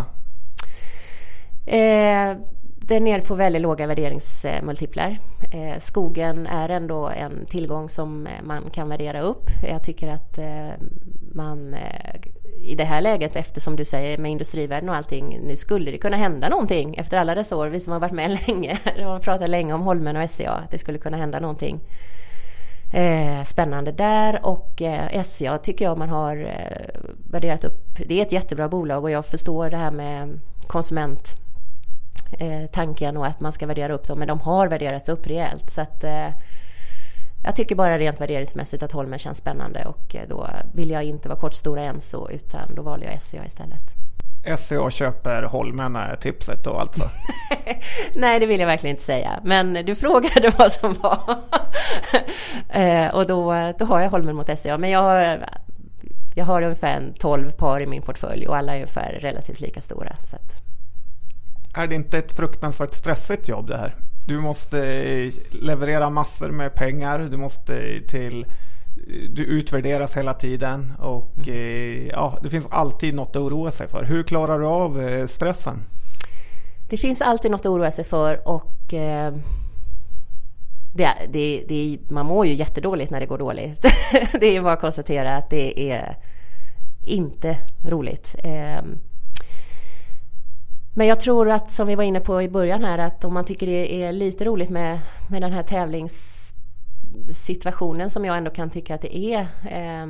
Eh, det är nere på väldigt låga värderingsmultiplar. Eh, skogen är ändå en tillgång som man kan värdera upp. Jag tycker att eh, man eh, i det här läget, eftersom du säger med industrivärden och allting, nu skulle det kunna hända någonting efter alla dessa år. Vi som har varit med länge, har pratat länge om Holmen och S C A, att det skulle kunna hända någonting Eh, spännande där. Och eh, S C A tycker jag man har eh, värderat upp. Det är ett jättebra bolag och jag förstår det här med konsument eh, tanken och att man ska värdera upp dem, men de har värderats upp rejält, så att eh, jag tycker bara rent värderingsmässigt att Holmen känns spännande, och eh, då vill jag inte vara kortstora än så, utan då valde jag S C A istället. S C A köper Holmen är tipset då alltså? Nej, det vill jag verkligen inte säga. Men du frågade vad som var. eh, och då, då har jag Holmen mot S C A. Men jag har, jag har ungefär en tolv par i min portfölj och alla är ungefär relativt lika stora. Så att... Är det inte ett fruktansvärt stressigt jobb det här? Du måste leverera massor med pengar. Du måste till... Du utvärderas hela tiden och mm. ja, det finns alltid något att oroa sig för. Hur klarar du av stressen? Det finns alltid något att oroa sig för, och eh, det, det, det, man mår ju jättedåligt när det går dåligt. Det är bara att konstatera att det är inte roligt. Eh, men jag tror att, som vi var inne på i början här, att om man tycker det är lite roligt med, med den här tävlings situationen som jag ändå kan tycka att det är. Eh,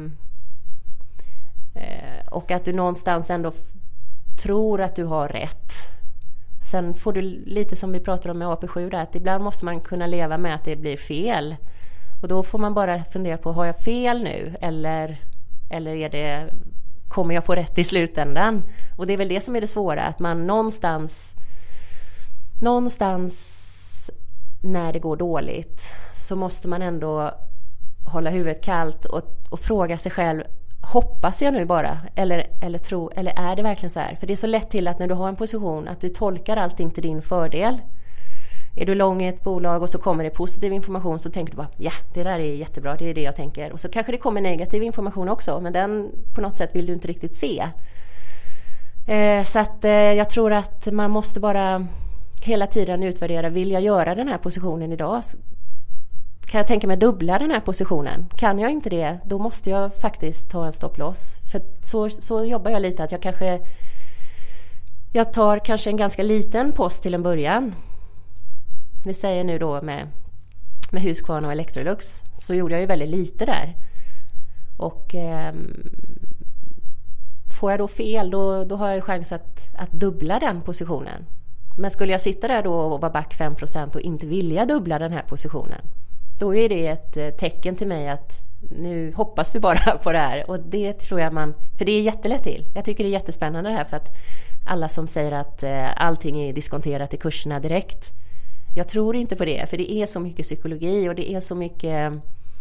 eh, och att du någonstans ändå f- tror att du har rätt. Sen får du lite som vi pratar om med A P sju där, att ibland måste man kunna leva med att det blir fel. Och då får man bara fundera på, har jag fel nu? Eller, eller är det, kommer jag få rätt i slutändan? Och det är väl det som är det svåra, att man någonstans, någonstans när det går dåligt så måste man ändå hålla huvudet kallt och, och fråga sig själv, hoppas jag nu bara? Eller, eller, tro, eller är det verkligen så här? För det är så lätt till att när du har en position att du tolkar allting till din fördel. Är du lång i ett bolag och så kommer det positiv information, så tänker du bara, ja, det där är jättebra, det är det jag tänker. Och så kanske det kommer negativ information också, men den på något sätt vill du inte riktigt se. Eh, så att eh, jag tror att man måste bara hela tiden utvärdera, vill jag göra den här positionen idag? Kan jag tänka mig dubbla den här positionen? Kan jag inte det, då måste jag faktiskt ta en stopploss. För så, så jobbar jag lite, att jag kanske jag tar kanske en ganska liten post till en början. Vi säger nu då med, med Husqvarna och Electrolux, så gjorde jag ju väldigt lite där. Och eh, får jag då fel, då, då har jag ju chans att, att dubbla den positionen. Men skulle jag sitta där då och vara back fem procent och inte vilja dubbla den här positionen, då är det ett tecken till mig att nu hoppas du bara på det här. Och det tror jag man, för det är jättelätt till. Jag tycker det är jättespännande det här, för att alla som säger att allting är diskonterat i kurserna direkt, jag tror inte på det, för det är så mycket psykologi och det är så mycket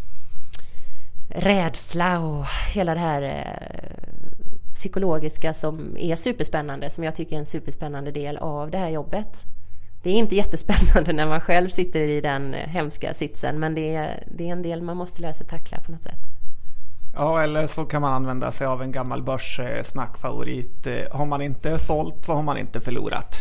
rädsla och hela det här psykologiska som är superspännande, som jag tycker är en superspännande del av det här jobbet. Det är inte jättespännande när man själv sitter i den hemska sitsen, men det är, det är en del man måste lära sig tackla på något sätt. Ja, eller så kan man använda sig av en gammal börssnackfavorit. Har man inte sålt så har man inte förlorat.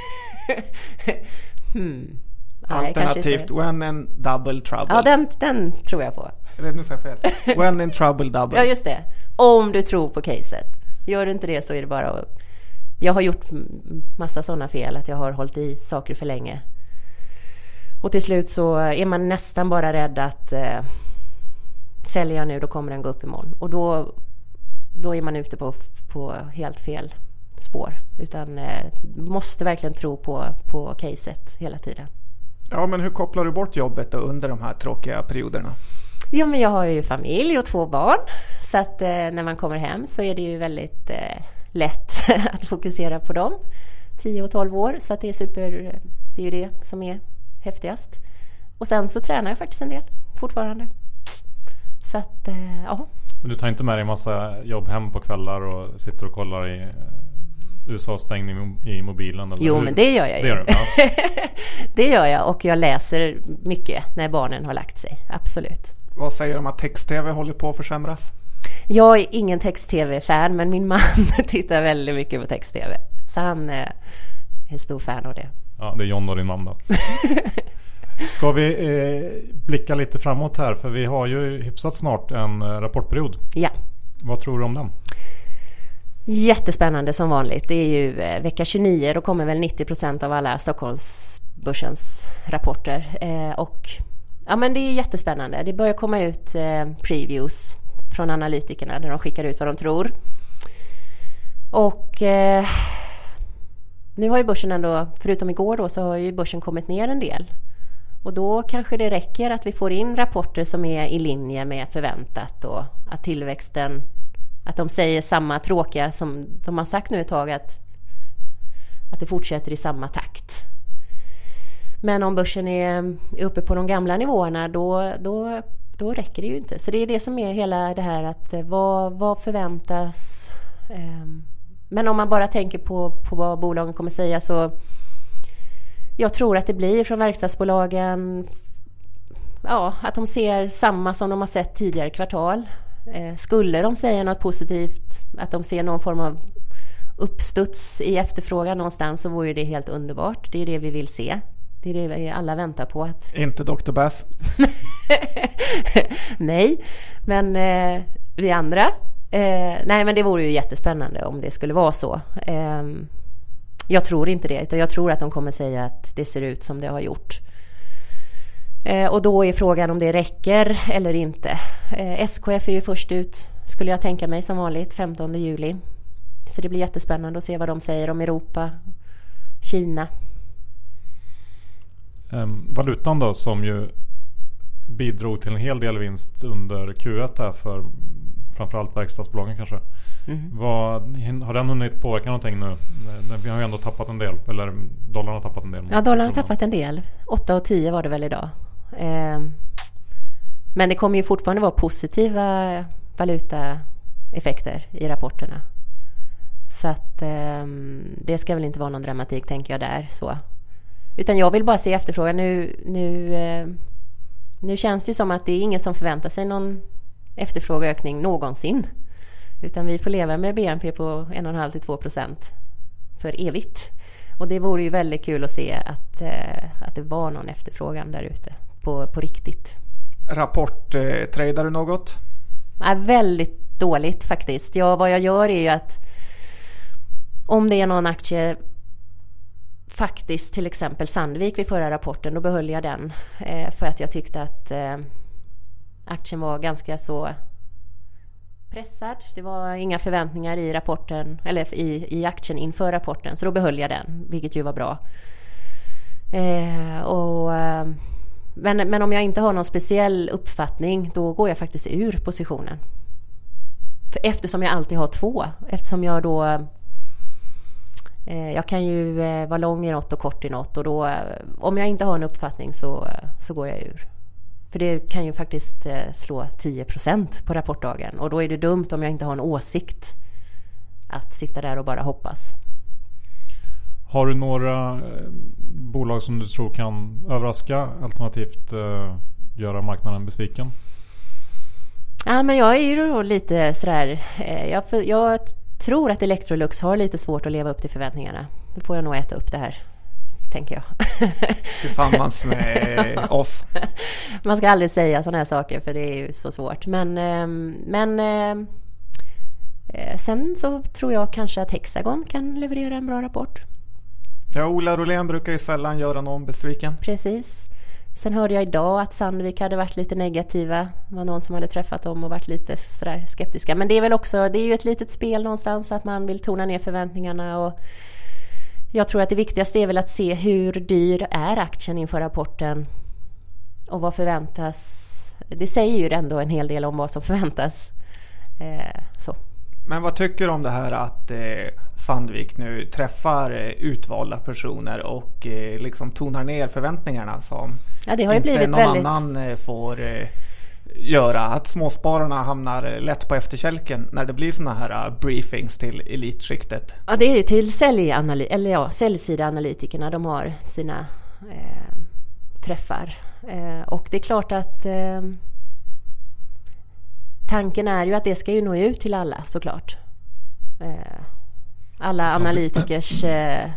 hmm. Alternativt Nej, when in double trouble. Ja, den, den tror jag på. Eller nu säger jag fel. When in trouble double. Ja, just det. Om du tror på caset. Gör du inte det så är det bara att... Jag har gjort massa sådana fel, att jag har hållit i saker för länge. Och till slut så är man nästan bara rädd att eh, säljer jag nu, då kommer den gå upp imorgon. Och då, då är man ute på, på helt fel spår. Utan eh, måste verkligen tro på, på caset hela tiden. Ja, men hur kopplar du bort jobbet då under de här tråkiga perioderna? Jo, men jag har ju familj och två barn. Så att eh, när man kommer hem så är det ju väldigt... Eh, lätt att fokusera på dem. tio och tolv år, så att det är super, det är ju det som är häftigast. Och sen så tränar jag faktiskt en del fortfarande. Så att, ja. Men du tar inte med dig en massa jobb hem på kvällar och sitter och kollar i U S A-stängning i mobilen? Eller jo, hur? Men det gör jag ju. Det gör, du, ja. Det gör jag, och jag läser mycket när barnen har lagt sig. Absolut. Vad säger du om att text-tv håller på att försämras? Jag är ingen text-tv-fan, men min man tittar väldigt mycket på text-tv. Så han är en stor fan av det. Ja, det är John och din man då. Ska vi eh, blicka lite framåt här, för vi har ju hyfsat snart en rapportperiod. Ja. Vad tror du om den? Jättespännande som vanligt. Det är ju eh, vecka tjugonio, då kommer väl nittio procent av alla Stockholmsbörsens rapporter. Eh, och ja, men det är jättespännande. Det börjar komma ut eh, previews från analytikerna där de skickar ut vad de tror. Och eh, nu har ju börsen ändå, förutom igår då, så har ju börsen kommit ner en del. Och då kanske det räcker att vi får in rapporter som är i linje med förväntat, och att tillväxten, att de säger samma tråkiga som de har sagt nu ett tag, att, att det fortsätter i samma takt. Men om börsen är uppe på de gamla nivåerna, då, då, då räcker det ju inte. Så det är det som är hela det här, att vad, vad förväntas. Men om man bara tänker på, på vad bolagen kommer säga, så jag tror att det blir från verkstadsbolagen, ja, att de ser samma som de har sett tidigare kvartal. Skulle de säga något positivt, att de ser någon form av uppstuds i efterfrågan någonstans, så vore det helt underbart. Det är det vi vill se. Det är det vi alla väntar på. Att... Inte doktor Bass. Nej, men eh, vi andra. Eh, nej, men det vore ju jättespännande om det skulle vara så. Eh, jag tror inte det, utan jag tror att de kommer säga att det ser ut som det har gjort. Eh, och då är frågan om det räcker eller inte. Eh, S K F är ju först ut, skulle jag tänka mig som vanligt, femtonde juli. Så det blir jättespännande att se vad de säger om Europa, Kina. Um, valutan då, som ju bidrog till en hel del vinst under Q ett här för framförallt verkstadsbolagen kanske. Mm. Vad, har den hunnit påverka någonting nu? Vi har ju ändå tappat en del, eller dollarn har tappat en del. Ja, dollarn har tappat en del. åtta och tio var det väl idag. Eh, men det kommer ju fortfarande vara positiva valutaeffekter i rapporterna. Så att eh, det ska väl inte vara någon dramatik, tänker jag där. Så. Utan jag vill bara se efterfrågan. Nu, nu, eh, nu känns det ju som att det är ingen som förväntar sig någon efterfrågeökning någonsin. Utan vi får leva med B N P på en komma fem till två procent för evigt. Och det vore ju väldigt kul att se att, eh, att det var någon efterfrågan där ute på, på riktigt. Rapport, eh, tradar du något? Nej, väldigt dåligt faktiskt. Ja, vad jag gör är ju att om det är någon aktie, faktiskt till exempel Sandvik vid förra rapporten, då behöll jag den eh, för att jag tyckte att eh, aktien var ganska så pressad. Det var inga förväntningar i rapporten eller i, i aktien inför rapporten, så då behöll jag den, vilket ju var bra. Eh, och, eh, men, men om jag inte har någon speciell uppfattning, då går jag faktiskt ur positionen. För eftersom jag alltid har två, eftersom jag då eh, jag kan ju eh, vara lång i något och kort i något, och då eh, om jag inte har en uppfattning så, så går jag ur. För det kan ju faktiskt eh, slå tio procent på rapportdagen, och då är det dumt om jag inte har en åsikt att sitta där och bara hoppas. Har du några eh, bolag som du tror kan överraska, alternativt eh, göra marknaden besviken? Ja, men jag är ju då lite sådär, eh, jag, jag tror att Electrolux har lite svårt att leva upp till förväntningarna. Då får jag nog äta upp det här, tänker jag. Tillsammans med oss. Man ska aldrig säga sådana här saker, för det är ju så svårt. Men, men eh, sen så tror jag kanske att Hexagon kan leverera en bra rapport. Ja, Ola Rolén brukar ju sällan göra någon besviken. Precis. Sen hörde jag idag att Sandvik hade varit lite negativa. Det var någon som hade träffat dem och varit lite sådär skeptiska. Men det är väl också, det är ju ett litet spel någonstans att man vill tona ner förväntningarna, och jag tror att det viktigaste är väl att se hur dyr är aktien inför rapporten och vad förväntas. Det säger ju ändå en hel del om vad som förväntas. Eh, så. Men vad tycker du om det här att eh, Sandvik nu träffar eh, utvalda personer och eh, liksom tonar ner förväntningarna som ja, det har ju inte blivit någon väldigt... annan eh, får eh, göra? Att småspararna hamnar lätt på efterkälken när det blir såna här uh, briefings till elitskiktet. Ja, det är ju till säljanali- eller ja, säljsidaanalytikerna de har sina eh, träffar. Eh, och det är klart att eh, tanken är ju att det ska ju nå ut till alla, såklart. Eh, alla analytikers eh,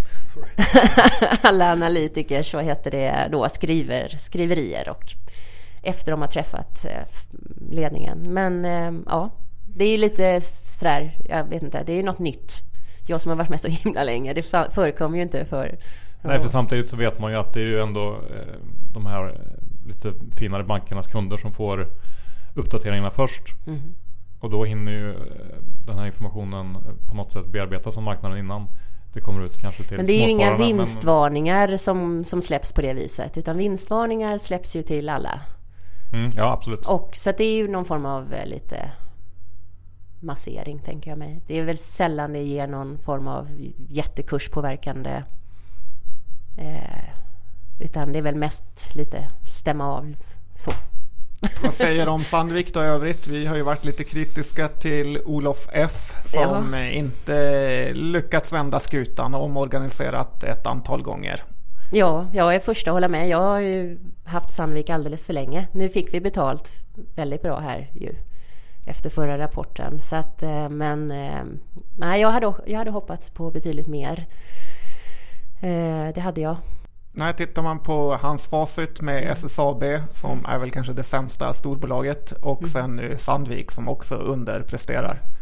alla analytikers, vad heter det då, skriver, skriverier och efter de har träffat eh, ledningen. Men eh, ja, det är ju lite sådär, jag vet inte, det är ju något nytt. Jag som har varit med så himla länge, det förekommer ju inte för... Nej, för samtidigt så vet man ju att det är ju ändå eh, de här lite finare bankernas kunder som får uppdateringarna först. Mm. Och då hinner ju den här informationen på något sätt bearbetas av marknaden innan det kommer ut kanske till. Men det är ju inga men... vinstvarningar som, som släpps på det viset, utan vinstvarningar släpps ju till alla. Mm, ja, absolut. Och så att det är ju någon form av eh, lite massering, tänker jag mig. Det är väl sällan det ger någon form av jättekurspåverkande eh, utan det är väl mest lite stämma av så. Vad säger du om Sandvik då i övrigt? Vi har ju varit lite kritiska till Olof F som ja. inte lyckats vända skutan och omorganiserat ett antal gånger. Ja, jag är första att hålla med. Jag har ju haft Sandvik alldeles för länge. Nu fick vi betalt väldigt bra här ju efter förra rapporten. Så att, men nej, jag hade, jag hade hoppats på betydligt mer. Det hade jag. Nej, tittar man på hans facit med mm. S S A B som mm. är väl kanske det sämsta storbolaget och mm. sen Sandvik som också underpresterar.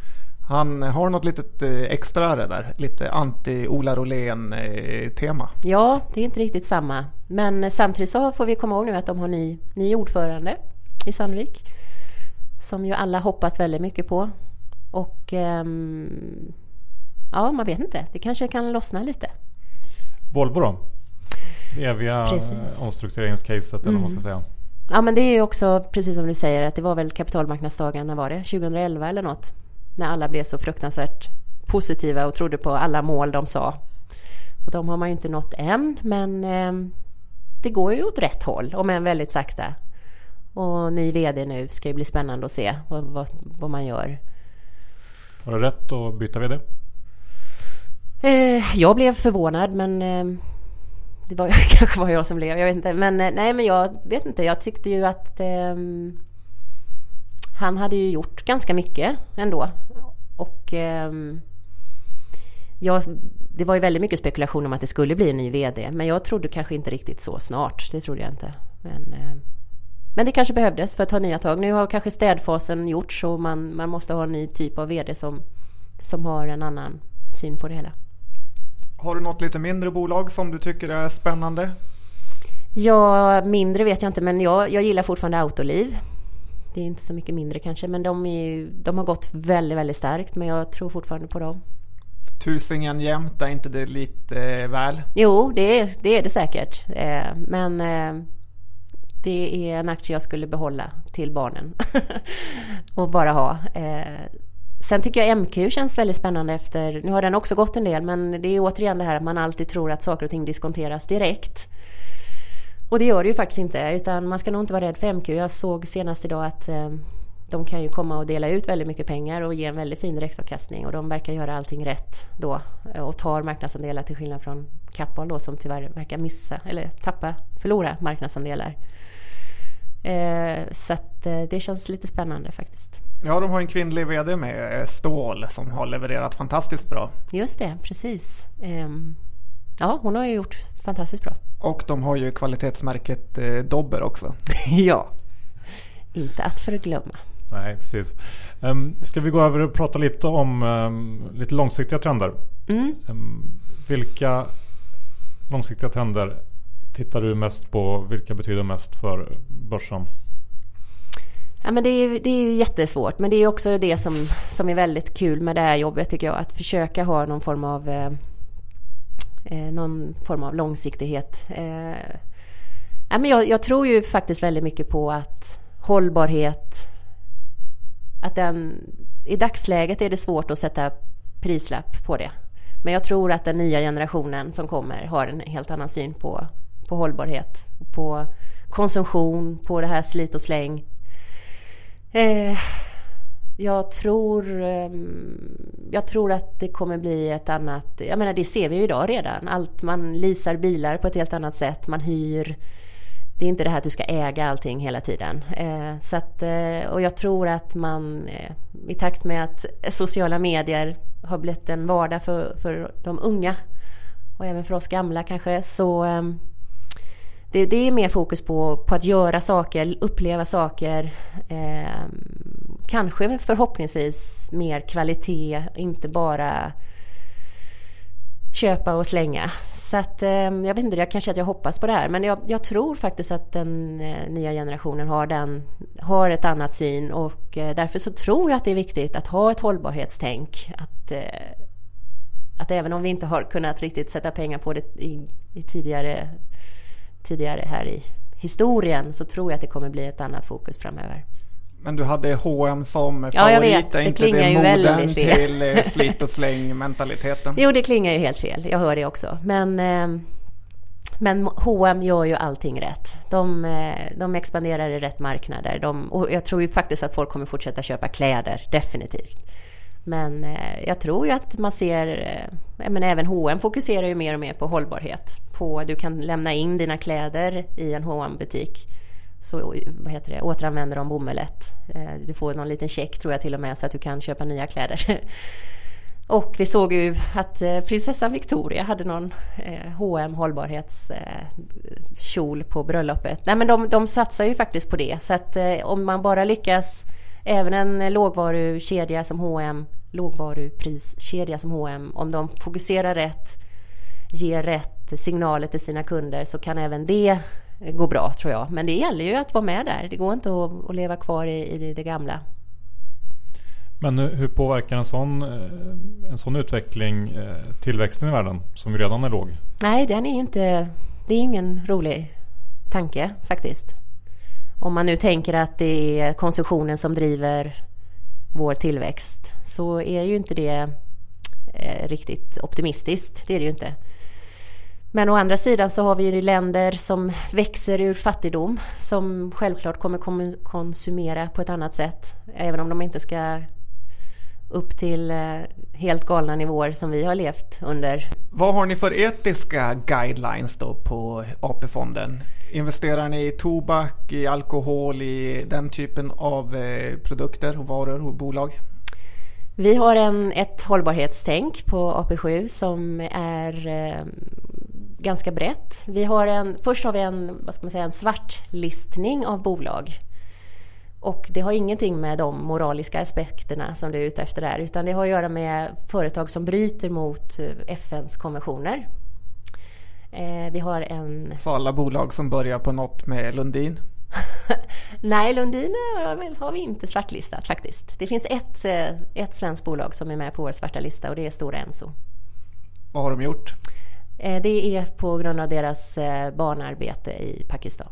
Han har något litet extra där, lite anti-Ola Rolén-tema. Ja, det är inte riktigt samma. Men samtidigt så får vi komma ihåg nu att de har ny, ny ordförande i Sandvik. Som ju alla hoppas väldigt mycket på. Och um, ja, man vet inte. Det kanske kan lossna lite. Volvo då? Det eviga precis. Omstruktureringscaset eller mm. vad man ska säga. Ja, men det är ju också precis som du säger att det var väl kapitalmarknadsdagarna, var det? tjugoelva eller något? När alla blev så fruktansvärt positiva och trodde på alla mål de sa. Och de har man ju inte nått än, men eh, det går ju åt rätt håll, om än väldigt sakta. Och ny vd nu ska ju bli spännande att se vad, vad, vad man gör. Var det rätt att byta vd? Eh, jag blev förvånad, men eh, det var kanske var jag som blev, jag vet inte. Men eh, nej, men jag vet inte. Jag tyckte ju att eh, han hade ju gjort ganska mycket ändå. Och eh, jag, det var ju väldigt mycket spekulation om att det skulle bli en ny vd. Men jag trodde kanske inte riktigt så snart. Det trodde jag inte. Men, eh, men det kanske behövdes för att ta nya tag. Nu har kanske städfasen gjort så man, man måste ha en ny typ av vd som, som har en annan syn på det hela. Har du något lite mindre bolag som du tycker är spännande? Ja, mindre vet jag inte, men jag, jag gillar fortfarande Autoliv. Det är inte så mycket mindre kanske, men de, är ju, de har gått väldigt, väldigt starkt, men jag tror fortfarande på dem. Tusingen jämt, är inte det lite eh, väl? Jo, det är det, är det säkert. Eh, men eh, det är en aktie jag skulle behålla till barnen och bara ha. Eh, sen tycker jag M Q känns väldigt spännande efter, nu har den också gått en del, men det är återigen det här att man alltid tror att saker och ting diskonteras direkt. Och det gör det ju faktiskt inte, utan man ska nog inte vara rädd för M Q. Jag såg senast idag att eh, de kan ju komma och dela ut väldigt mycket pengar och ge en väldigt fin direktavkastning. Och de verkar göra allting rätt då och tar marknadsandelar till skillnad från Kappahl då, som tyvärr verkar missa eller tappa, förlora marknadsandelar. Eh, så att eh, det känns lite spännande faktiskt. Ja, de har en kvinnlig vd med Stål som har levererat fantastiskt bra. Just det, precis. Eh, ja, hon har ju gjort fantastiskt bra. Och de har ju kvalitetsmärket eh, Dobber också. Ja, inte att förglömma. Nej, precis. Um, ska vi gå över och prata lite om um, lite långsiktiga trender? Mm. Um, vilka långsiktiga trender tittar du mest på? Vilka betyder mest för börsen? Ja, men det är, det är ju jättesvårt, men det är också det som, som är väldigt kul med det här jobbet tycker jag. Att försöka ha någon form av eh, någon form av långsiktighet. Eh, ja, men jag, jag tror ju faktiskt väldigt mycket på att hållbarhet, att den, i dagsläget är det svårt att sätta prislapp på det. Men jag tror att den nya generationen som kommer har en helt annan syn på, på hållbarhet, på konsumtion, på det här slit och släng. Eh, jag tror eh, jag tror att det kommer bli ett annat, jag menar det ser vi ju idag redan. Allt, man leasar bilar på ett helt annat sätt, man hyr. Det är inte det här att du ska äga allting hela tiden. Eh, så att, eh, och jag tror att man eh, i takt med att sociala medier har blivit en vardag för, för de unga och även för oss gamla kanske, så eh, det, det är mer fokus på, på att göra saker, uppleva saker, eh, kanske förhoppningsvis mer kvalitet, inte bara köpa och slänga. Så att, eh, jag vet inte, jag kanske att jag hoppas på det här, men jag, jag tror faktiskt att den eh, nya generationen har, den, har ett annat syn, och eh, därför så tror jag att det är viktigt att ha ett hållbarhetstänk. Att, eh, att även om vi inte har kunnat riktigt sätta pengar på det i, i tidigare, tidigare här i historien, så tror jag att det kommer bli ett annat fokus framöver. Men du hade H och M som favorit, ja, jag vet. Det inte klingar det ju väldigt fel till slit och släng mentaliteten. Jo, det klingar ju helt fel. Jag hör det också. Men, eh, men H och M gör ju allting rätt. De, eh, de expanderar i rätt marknader. De, och jag tror ju faktiskt att folk kommer fortsätta köpa kläder, definitivt. Men eh, jag tror ju att man ser, eh, men även H och M fokuserar ju mer och mer på hållbarhet. På, du kan lämna in dina kläder i en H och M-butik. Så vad heter det, återanvänder de bomullet. Du får någon liten check tror jag till och med, så att du kan köpa nya kläder. Och vi såg ju att prinsessan Victoria hade någon H och M hållbarhetskjol på bröllopet. Nej, men de, de satsar ju faktiskt på det. Så att om man bara lyckas även en lågvarukedja som H och M, lågvarupriskedja som H och M, om de fokuserar rätt, ger rätt signaler till sina kunder, så kan även det gå bra, tror jag. Men det gäller ju att vara med där. Det går inte att, att leva kvar i, i det, det gamla. Men hur påverkar en sån, en sån utveckling tillväxten i världen som ju redan är låg? Nej, den är ju inte, det är ingen rolig tanke faktiskt. Om man nu tänker att det är konsumtionen som driver vår tillväxt, så är ju inte det eh, riktigt optimistiskt. Det är det ju inte. Men å andra sidan så har vi ju länder som växer ur fattigdom, som självklart kommer konsumera på ett annat sätt, även om de inte ska upp till eh, helt galna nivåer som vi har levt under. Vad har ni för etiska guidelines då på A P-fonden? Investerar ni i tobak, i alkohol, i den typen av eh, produkter och varor och bolag? Vi har en, ett hållbarhetstänk på A P sju som är eh, ganska brett. Vi har en, först har vi en, vad ska man säga, en svartlistning av bolag. Och det har ingenting med de moraliska aspekterna som du är ute efter där, utan det har att göra med företag som bryter mot F N:s konventioner. Eh, vi har en... Så alla bolag som börjar på något med Lundin? Nej, Lundin har vi inte svartlistat faktiskt. Det finns ett, ett svenskt bolag som är med på vår svarta lista, och det är Stora Enso. Vad har de gjort? Eh, det är på grund av deras eh, barnarbete i Pakistan.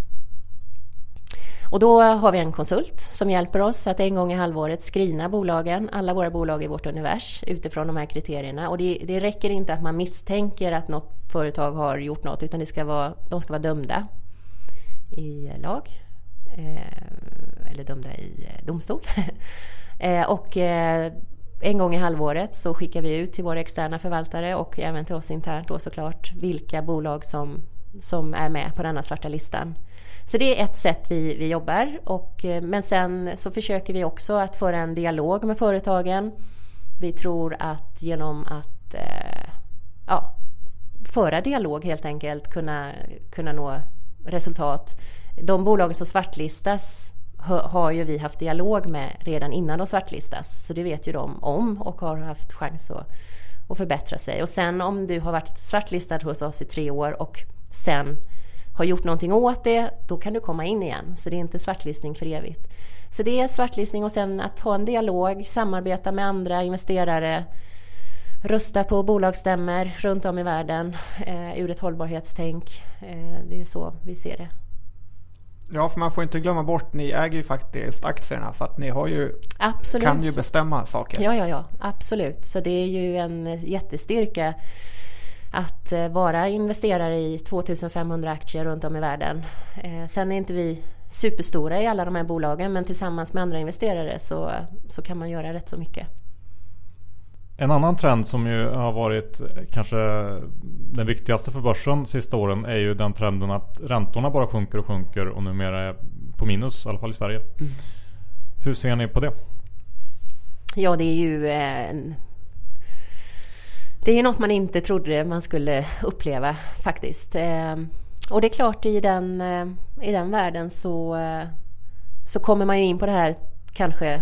Och då har vi en konsult som hjälper oss att en gång i halvåret screena bolagen, alla våra bolag i vårt univers, utifrån de här kriterierna. Och det, det räcker inte att man misstänker att något företag har gjort något, utan det ska vara, de ska vara dömda i lag, eh, eller dömda i eh, domstol. eh, och eh, en gång i halvåret så skickar vi ut till våra externa förvaltare och även till oss internt då såklart vilka bolag som, som är med på denna svarta listan. Så det är ett sätt vi, vi jobbar, och, men sen så försöker vi också att föra en dialog med företagen. Vi tror att genom att eh, ja, föra dialog helt enkelt kunna, kunna nå resultat. De bolag som svartlistas har ju vi haft dialog med redan innan de svartlistas, så det vet ju de om och har haft chans att, att förbättra sig. Och sen om du har varit svartlistad hos oss i tre år och sen har gjort någonting åt det, då kan du komma in igen. Så det är inte svartlistning för evigt. Så det är svartlistning, och sen att ha en dialog, samarbeta med andra investerare, rösta på bolagsstämmor runt om i världen eh, ur ett hållbarhetstänk. Eh, det är så vi ser det. Ja, för man får inte glömma bort, ni äger ju faktiskt aktierna, så att ni har ju, absolut. Kan ju bestämma saker. Ja, ja, ja, absolut. Så det är ju en jättestyrka att vara investerare i tvåtusenfemhundra aktier runt om i världen. Eh, sen är inte vi superstora i alla de här bolagen, men tillsammans med andra investerare så, så kan man göra rätt så mycket. En annan trend som ju har varit kanske den viktigaste för börsen sista åren är ju den trenden att räntorna bara sjunker och sjunker och numera är på minus, i alla fall i Sverige. Mm. Hur ser ni på det? Ja, det är ju en... Det är något man inte trodde man skulle uppleva faktiskt. Och det är klart, i den, i den världen så, så kommer man ju in på det här kanske,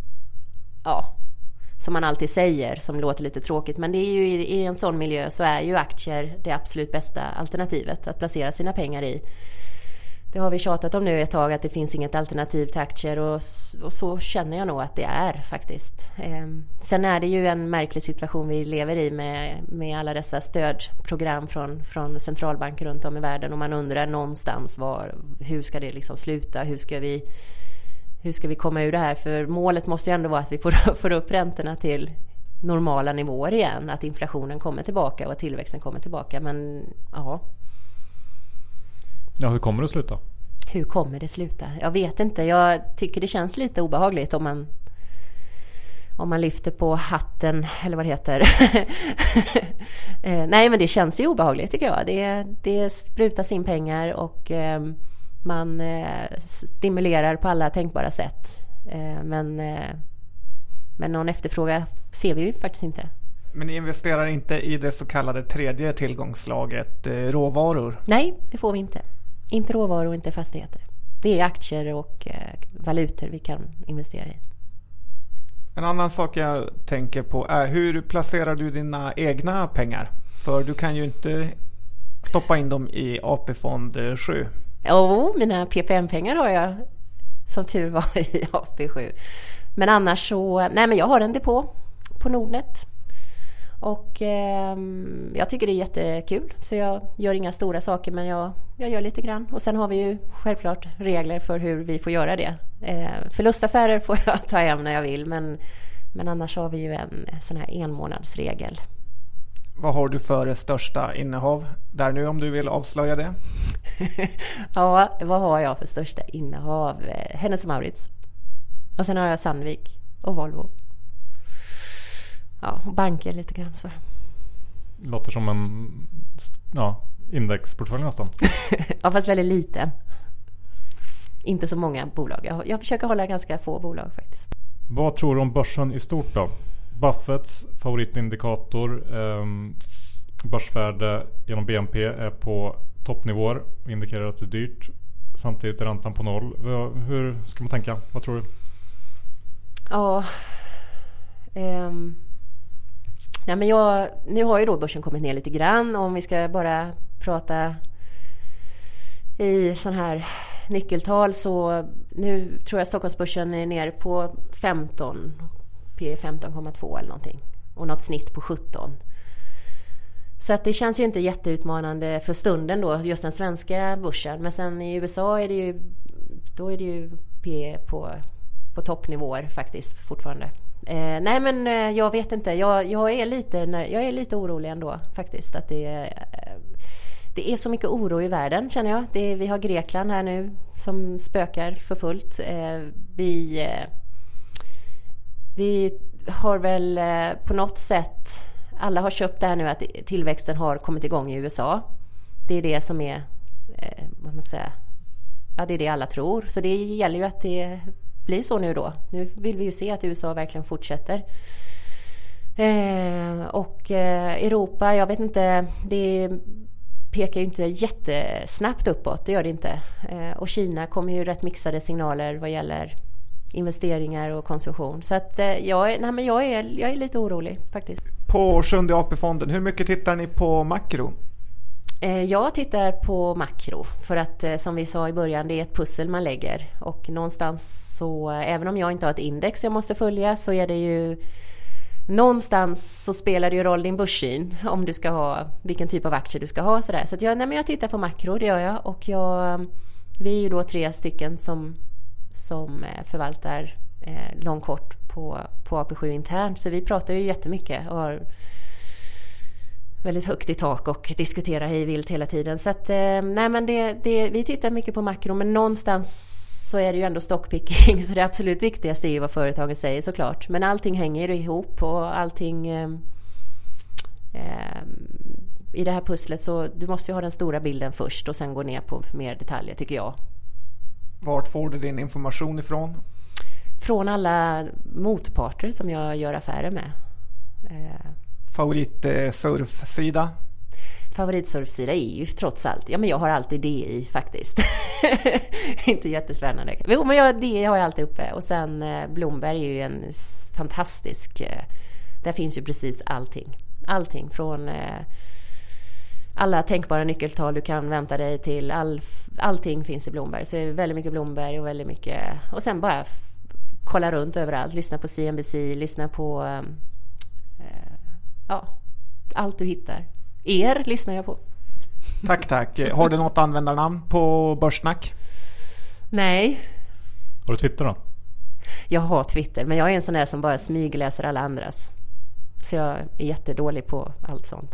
ja, som man alltid säger, som låter lite tråkigt. Men det är ju i, i en sån miljö så är ju aktier det absolut bästa alternativet att placera sina pengar i. Det har vi tjatat om nu ett tag, att det finns inget alternativ till aktier, och, och så känner jag nog att det är faktiskt. Eh, sen är det ju en märklig situation vi lever i med, med alla dessa stödprogram från, från centralbanker runt om i världen, och man undrar någonstans var, hur ska det liksom sluta, hur ska vi, hur ska vi komma ur det här, för målet måste ju ändå vara att vi får, får upp räntorna till normala nivåer igen, att inflationen kommer tillbaka och att tillväxten kommer tillbaka, men ja. Ja, hur kommer det sluta? Hur kommer det sluta? Jag vet inte. Jag tycker det känns lite obehagligt om man om man lyfter på hatten, eller vad det heter. Nej, men det känns ju obehagligt tycker jag. Det, det sprutas in pengar och eh, man eh, stimulerar på alla tänkbara sätt. Eh, men, eh, men någon efterfråga ser vi ju faktiskt inte. Men ni investerar inte i det så kallade tredje tillgångslaget, eh, råvaror? Nej, det får vi inte. Inte råvaror och inte fastigheter. det är aktier och eh, valutor vi kan investera i. En annan sak jag tänker på är hur placerar du dina egna pengar? För du kan ju inte stoppa in dem i A P-fond sju. Jo, mina P P M-pengar har jag som tur var i A P sju. Men annars så, nej men jag har en depå på Nordnet. Och eh, jag tycker det är jättekul. Så jag gör inga stora saker men jag, jag gör lite grann. Och sen har vi ju självklart regler för hur vi får göra det. Eh, förlustaffärer får jag ta hem när jag vill. Men, men annars har vi ju en sån här enmånadsregel. Vad har du för största innehav där nu om du vill avslöja det? Ja, vad har jag för största innehav? Hennes och Mauritz. Och sen har jag Sandvik och Volvo. Ja, och banker lite grann så. Låter som en ja, indexportfölj nästan. Ja, fast väldigt liten. Inte så många bolag. Jag, jag försöker hålla ganska få bolag faktiskt. Vad tror du om börsen i stort då? Buffetts favoritindikator eh, börsvärde genom B N P är på toppnivåer och indikerar att det är dyrt. Samtidigt är räntan på noll. Hur ska man tänka? Vad tror du? Ja, ehm, ja men jag, nu har ju då börsen kommit ner lite grann. Om vi ska bara prata i sån här nyckeltal så nu tror jag Stockholmsbörsen är ner på femton, P femton komma två eller någonting. Och något snitt på sjutton. Så att det känns ju inte jätteutmanande för stunden då, just den svenska börsen. Men sen i U S A är det ju, då är det ju P på, på toppnivåer faktiskt fortfarande. Eh, nej men eh, jag vet inte, jag, jag, är lite, jag är lite orolig ändå faktiskt. Att det, eh, det är så mycket oro i världen känner jag. Det, vi har Grekland här nu som spökar för fullt. Eh, vi, eh, vi har väl eh, på något sätt... Alla har köpt det här nu att tillväxten har kommit igång i U S A. Det är det som är, eh, vad man säger, ja det är det alla tror. Så det gäller ju att det blir så nu då. Nu vill vi ju se att U S A verkligen fortsätter. Eh, och eh, Europa, jag vet inte, det pekar ju inte jättesnabbt uppåt, det gör det inte. Eh, och Kina kommer ju rätt mixade signaler vad gäller investeringar och konsumtion. Så att eh, jag, nej, men jag, är, jag är lite orolig faktiskt. På sjunde A P-fonden, hur mycket tittar ni på makro? Eh, jag tittar på makro för att eh, som vi sa i början, det är ett pussel man lägger. Och någonstans så, även om jag inte har ett index jag måste följa så är det ju någonstans så spelar det ju roll din börssyn om du ska ha, vilken typ av aktier du ska ha sådär. Så att jag, nej, men jag tittar på makro, det gör jag. Och jag, vi är ju då tre stycken som som förvaltar eh, långkort på, på A P sju internt. Så vi pratar ju jättemycket och har väldigt högt i tak och diskuterar hej vilt hela tiden. Så att, eh, nej men det, det, vi tittar mycket på makro men någonstans så är det ju ändå stockpicking så det absolut viktigaste är ju vad företagen säger såklart. Men allting hänger ihop och allting eh, eh, i det här pusslet så du måste ju ha den stora bilden först och sen gå ner på mer detaljer tycker jag. Vart får du din information ifrån? Från alla motparter som jag gör affärer med. Eh, Favoritsurfsida? Favoritsurfsida är ju trots allt. Ja, men jag har alltid det i faktiskt. Inte jättespännande. Jo, men jag, det har jag alltid uppe. Och sen eh, Bloomberg är ju en fantastisk... Eh, där finns ju precis allting. Allting från... Eh, alla tänkbara nyckeltal du kan vänta dig till. All, allting finns i Bloomberg. Så det är väldigt mycket Bloomberg och väldigt mycket... Och sen bara f- kolla runt överallt. Lyssna på C N B C. Lyssna på... Eh, ja, allt du hittar. Er lyssnar jag på. Tack, tack. Har du något användarnamn på Börssnack? Nej. Har du Twitter då? Jag har Twitter, men jag är en sån där som bara smygläser alla andras. Så jag är jättedålig på allt sånt.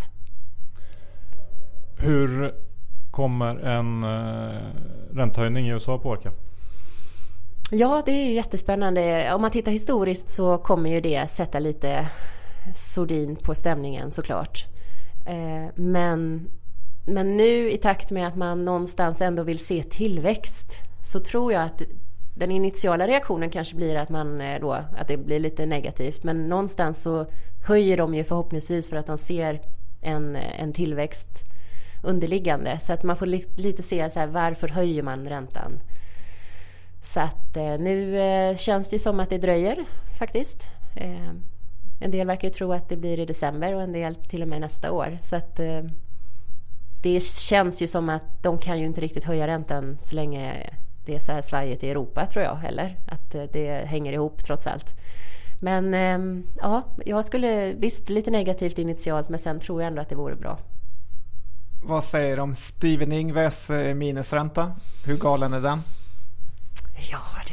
Hur kommer en eh, räntehöjning i U S A påverka? Ja, det är ju jättespännande. Om man tittar historiskt så kommer ju det sätta lite sordin på stämningen såklart. Eh, men, men nu i takt med att man någonstans ändå vill se tillväxt så tror jag att den initiala reaktionen kanske blir att, man då, att det blir lite negativt. Men någonstans så höjer de ju förhoppningsvis för att de ser en, en tillväxt underliggande. Så att man får li- lite se så här, varför höjer man räntan? Så att eh, nu eh, känns det som att det dröjer faktiskt. Eh, en del verkar ju tro att det blir i december och en del till och med nästa år. Så att eh, det känns ju som att de kan ju inte riktigt höja räntan så länge det är så här svajigt i Europa, tror jag heller. Att eh, det hänger ihop trots allt. Men eh, ja, jag skulle visst lite negativt initialt, men sen tror jag ändå att det vore bra. Vad säger du om Steven Ingves minusränta? Hur galen är den? Ja du.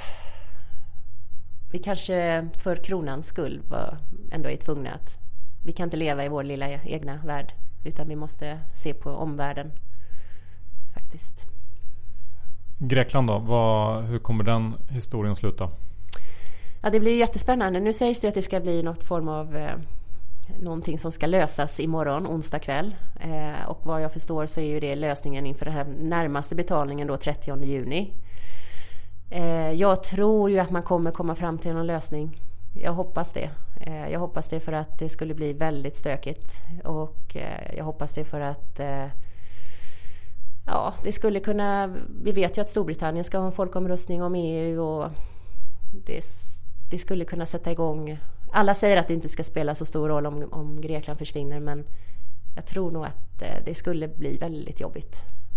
Vi kanske för kronans skull var ändå är tvungna att vi kan inte leva i vår lilla egna värld, utan vi måste se på omvärlden faktiskt. Grekland då, vad, hur kommer den historien sluta? Ja, det blir jättespännande. Nu sägs det att det ska bli något form av eh, någonting som ska lösas imorgon, onsdag kväll. Eh, och vad jag förstår så är ju det lösningen inför den här närmaste betalningen då trettionde juni. Eh, jag tror ju att man kommer komma fram till någon lösning. Jag hoppas det. Eh, jag hoppas det för att det skulle bli väldigt stökigt. Och eh, jag hoppas det för att eh, ja, det skulle kunna... Vi vet ju att Storbritannien ska ha en folkomröstning om E U och det, det skulle kunna sätta igång... Alla säger att det inte ska spela så stor roll om, om Grekland försvinner, men jag tror nog att eh, det skulle bli väldigt jobbigt.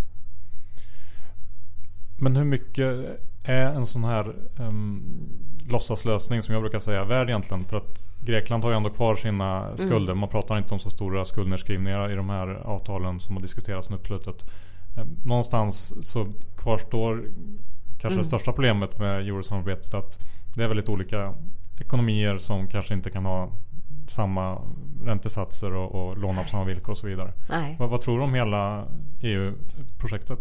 Men hur mycket är en sån här um, låtsaslösning, som jag brukar säga, värd egentligen? För att Grekland har ju ändå kvar sina skulder. Mm. Man pratar inte om så stora skuldnedskrivningar i de här avtalen som har diskuterats nu på slutet. Um, någonstans så kvarstår kanske mm. det största problemet med eurosamarbetet, att det är väldigt olika ekonomier som kanske inte kan ha samma räntesatser och, och låna på samma villkor och så vidare. Vad, vad tror du om hela E U-projektet?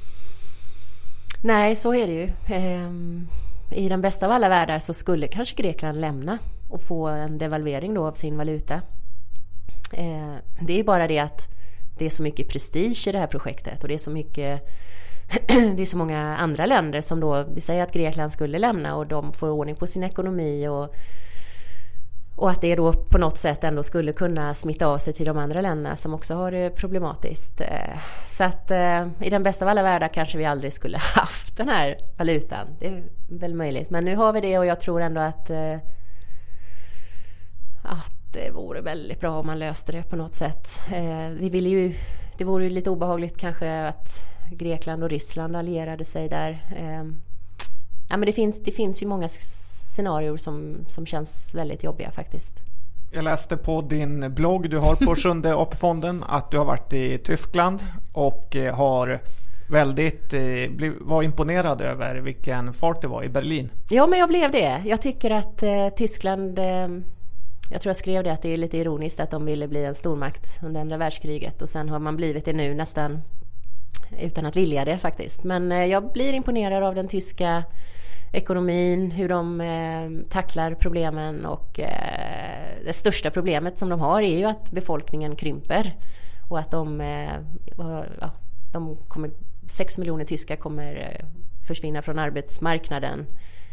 Nej, så är det ju. Ehm, I den bästa av alla världar så skulle kanske Grekland lämna och få en devalvering då av sin valuta. Ehm, det är ju bara det att det är så mycket prestige i det här projektet och det är så mycket det är så många andra länder som då, vi säger att Grekland skulle lämna och de får ordning på sin ekonomi och, och att det då på något sätt ändå skulle kunna smitta av sig till de andra länderna som också har det problematiskt. Så att i den bästa av alla världar kanske vi aldrig skulle haft den här valutan. Det är väl möjligt. Men nu har vi det och jag tror ändå att, att det vore väldigt bra om man löste det på något sätt. Vi vill ju, det vore ju lite obehagligt kanske att Grekland och Ryssland allierade sig där. Ja, men det finns, det finns ju många scenarier som, som känns väldigt jobbiga faktiskt. Jag läste på din blogg du har på Sjunde A P-fonden att du har varit i Tyskland och har väldigt var imponerad över vilken fart det var i Berlin. Ja, men jag blev det. Jag tycker att eh, Tyskland, eh, jag tror jag skrev det att det är lite ironiskt att de ville bli en stormakt under andra världskriget och sen har man blivit det nu nästan utan att vilja det faktiskt. Men eh, jag blir imponerad av den tyska ekonomin, hur de eh, tacklar problemen och eh, det största problemet som de har är ju att befolkningen krymper och att de, eh, ja, de kommer, sex miljoner tyskar kommer eh, försvinna från arbetsmarknaden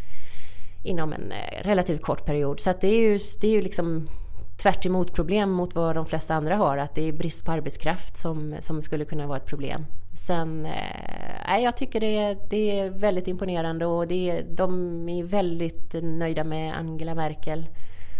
inom en eh, relativt kort period. Så att det är ju, det är ju liksom tvärt emot problem mot vad de flesta andra har, att det är brist på arbetskraft som, som skulle kunna vara ett problem. Sen, eh, jag tycker det, det är väldigt imponerande och det, de är väldigt nöjda med Angela Merkel.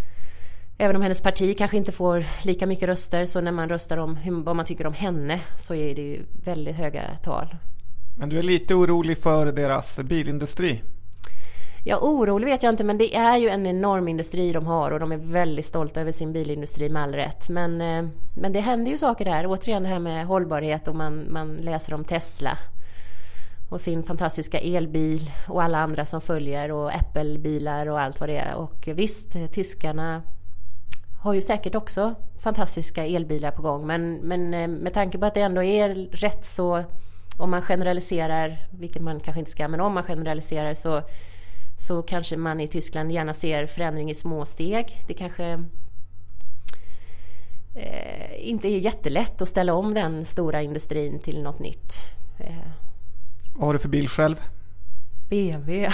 Även om hennes parti kanske inte får lika mycket röster, så när man röstar om hur, vad man tycker om henne så är det ju väldigt höga tal. Men du är lite orolig för deras bilindustri? Ja, orolig vet jag inte, men det är ju en enorm industri de har och de är väldigt stolta över sin bilindustri med all rätt. Men, men det händer ju saker där. Återigen det här med hållbarhet och man, man läser om Tesla och sin fantastiska elbil och alla andra som följer och Apple-bilar och allt vad det är. Och visst, tyskarna har ju säkert också fantastiska elbilar på gång. Men, men med tanke på att det ändå är rätt så, om man generaliserar, vilket man kanske inte ska, men om man generaliserar så så kanske man i Tyskland gärna ser förändring i små steg. Det kanske eh, inte är jättelätt att ställa om den stora industrin till något nytt. Eh. Vad har du för bil själv? B M W.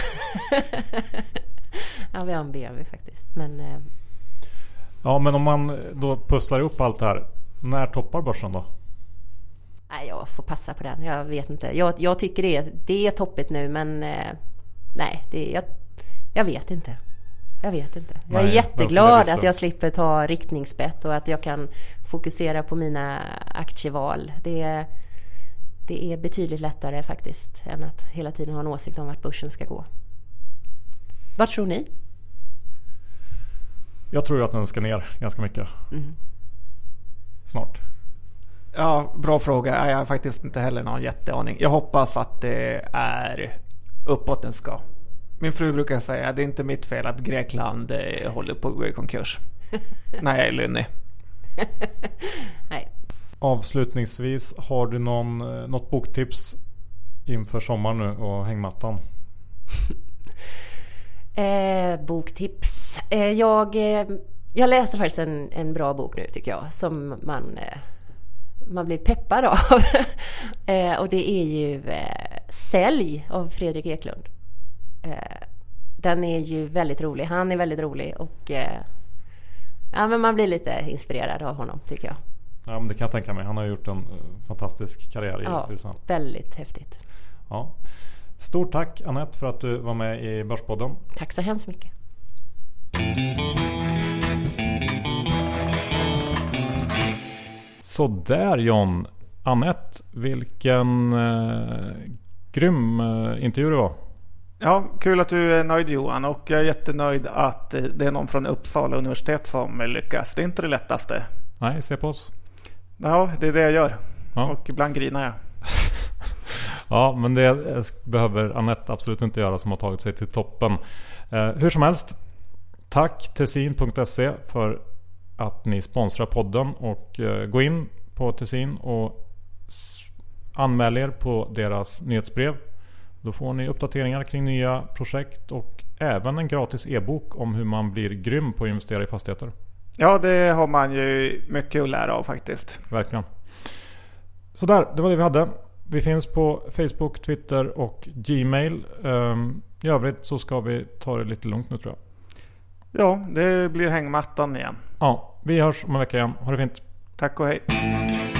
Ja, vi har en B M W faktiskt. Men, eh. Ja, men om man då pusslar upp allt det här, när toppar börsen då? Nej, jag får passa på den. Jag vet inte. Jag, jag tycker det är, det är toppigt nu, men... Eh, nej, det, jag, jag vet inte. Jag vet inte. Jag är Nej, jätteglad att jag slipper ta riktningsbett och att jag kan fokusera på mina aktieval. Det är, det är betydligt lättare faktiskt än att hela tiden ha en åsikt om vart börsen ska gå. Vad tror ni? Jag tror att den ska ner ganska mycket. Mm. Snart. Ja, bra fråga. Jag har faktiskt inte heller någon jätteaning. Jag hoppas att det är uppåt den ska. Min fru brukar säga att det är inte mitt fel att Grekland håller på att gå i konkurs. Nej, jag är lynnig. Nej. Avslutningsvis, har du någon, något boktips inför sommaren nu och hängmattan? eh, boktips. Eh, jag, eh, jag läser faktiskt en, en bra bok nu tycker jag. Som man, eh, man blir peppad av. eh, och det är ju eh, Sälj av Fredrik Eklund. Den är ju väldigt rolig. Han är väldigt rolig och eh, ja, men man blir lite inspirerad av honom tycker jag. Ja, men det kan jag tänka mig. Han har gjort en uh, fantastisk karriär i ja, U S A. Väldigt häftigt. Ja. Stort tack Anette för att du var med i Börspodden. Tack så hemskt mycket. Så där John. Anette, vilken uh, grym uh, intervju det var. Ja, kul att du är nöjd Johan, och jag är jättenöjd att det är någon från Uppsala universitet som lyckas. Det är inte det lättaste. Nej, se på oss. Ja, det är det jag gör. Ja. Och ibland grinar jag. Ja, men det behöver Anette absolut inte göra som har tagit sig till toppen. Eh, hur som helst, tack Tessin punkt se för att ni sponsrar podden, och eh, gå in på Tessin och s- anmäl er på deras nyhetsbrev. Då får ni uppdateringar kring nya projekt och även en gratis e-bok om hur man blir grym på att investera i fastigheter. Ja, det har man ju mycket att lära av faktiskt. Verkligen. Så där, det var det vi hade. Vi finns på Facebook, Twitter och Gmail. Um, I övrigt så ska vi ta det lite lugnt nu tror jag. Ja, det blir hängmattan igen. Ja, vi hörs om en vecka igen. Ha det fint. Tack och hej.